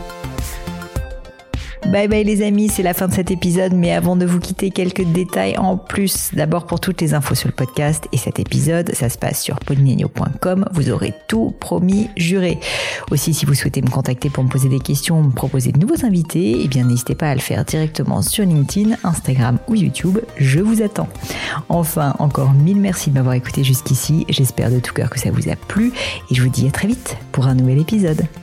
Speaker 1: Bye bye les amis, c'est la fin de cet épisode, mais avant de vous quitter, quelques détails en plus. D'abord pour toutes les infos sur le podcast et cet épisode, ça se passe sur paulinegno.com, vous aurez tout promis, juré. Aussi, si vous souhaitez me contacter pour me poser des questions, me proposer de nouveaux invités, n'hésitez pas à le faire directement sur LinkedIn, Instagram ou YouTube, je vous attends. Enfin, encore 1000 merci de m'avoir écouté jusqu'ici, j'espère de tout cœur que ça vous a plu et je vous dis à très vite pour un nouvel épisode.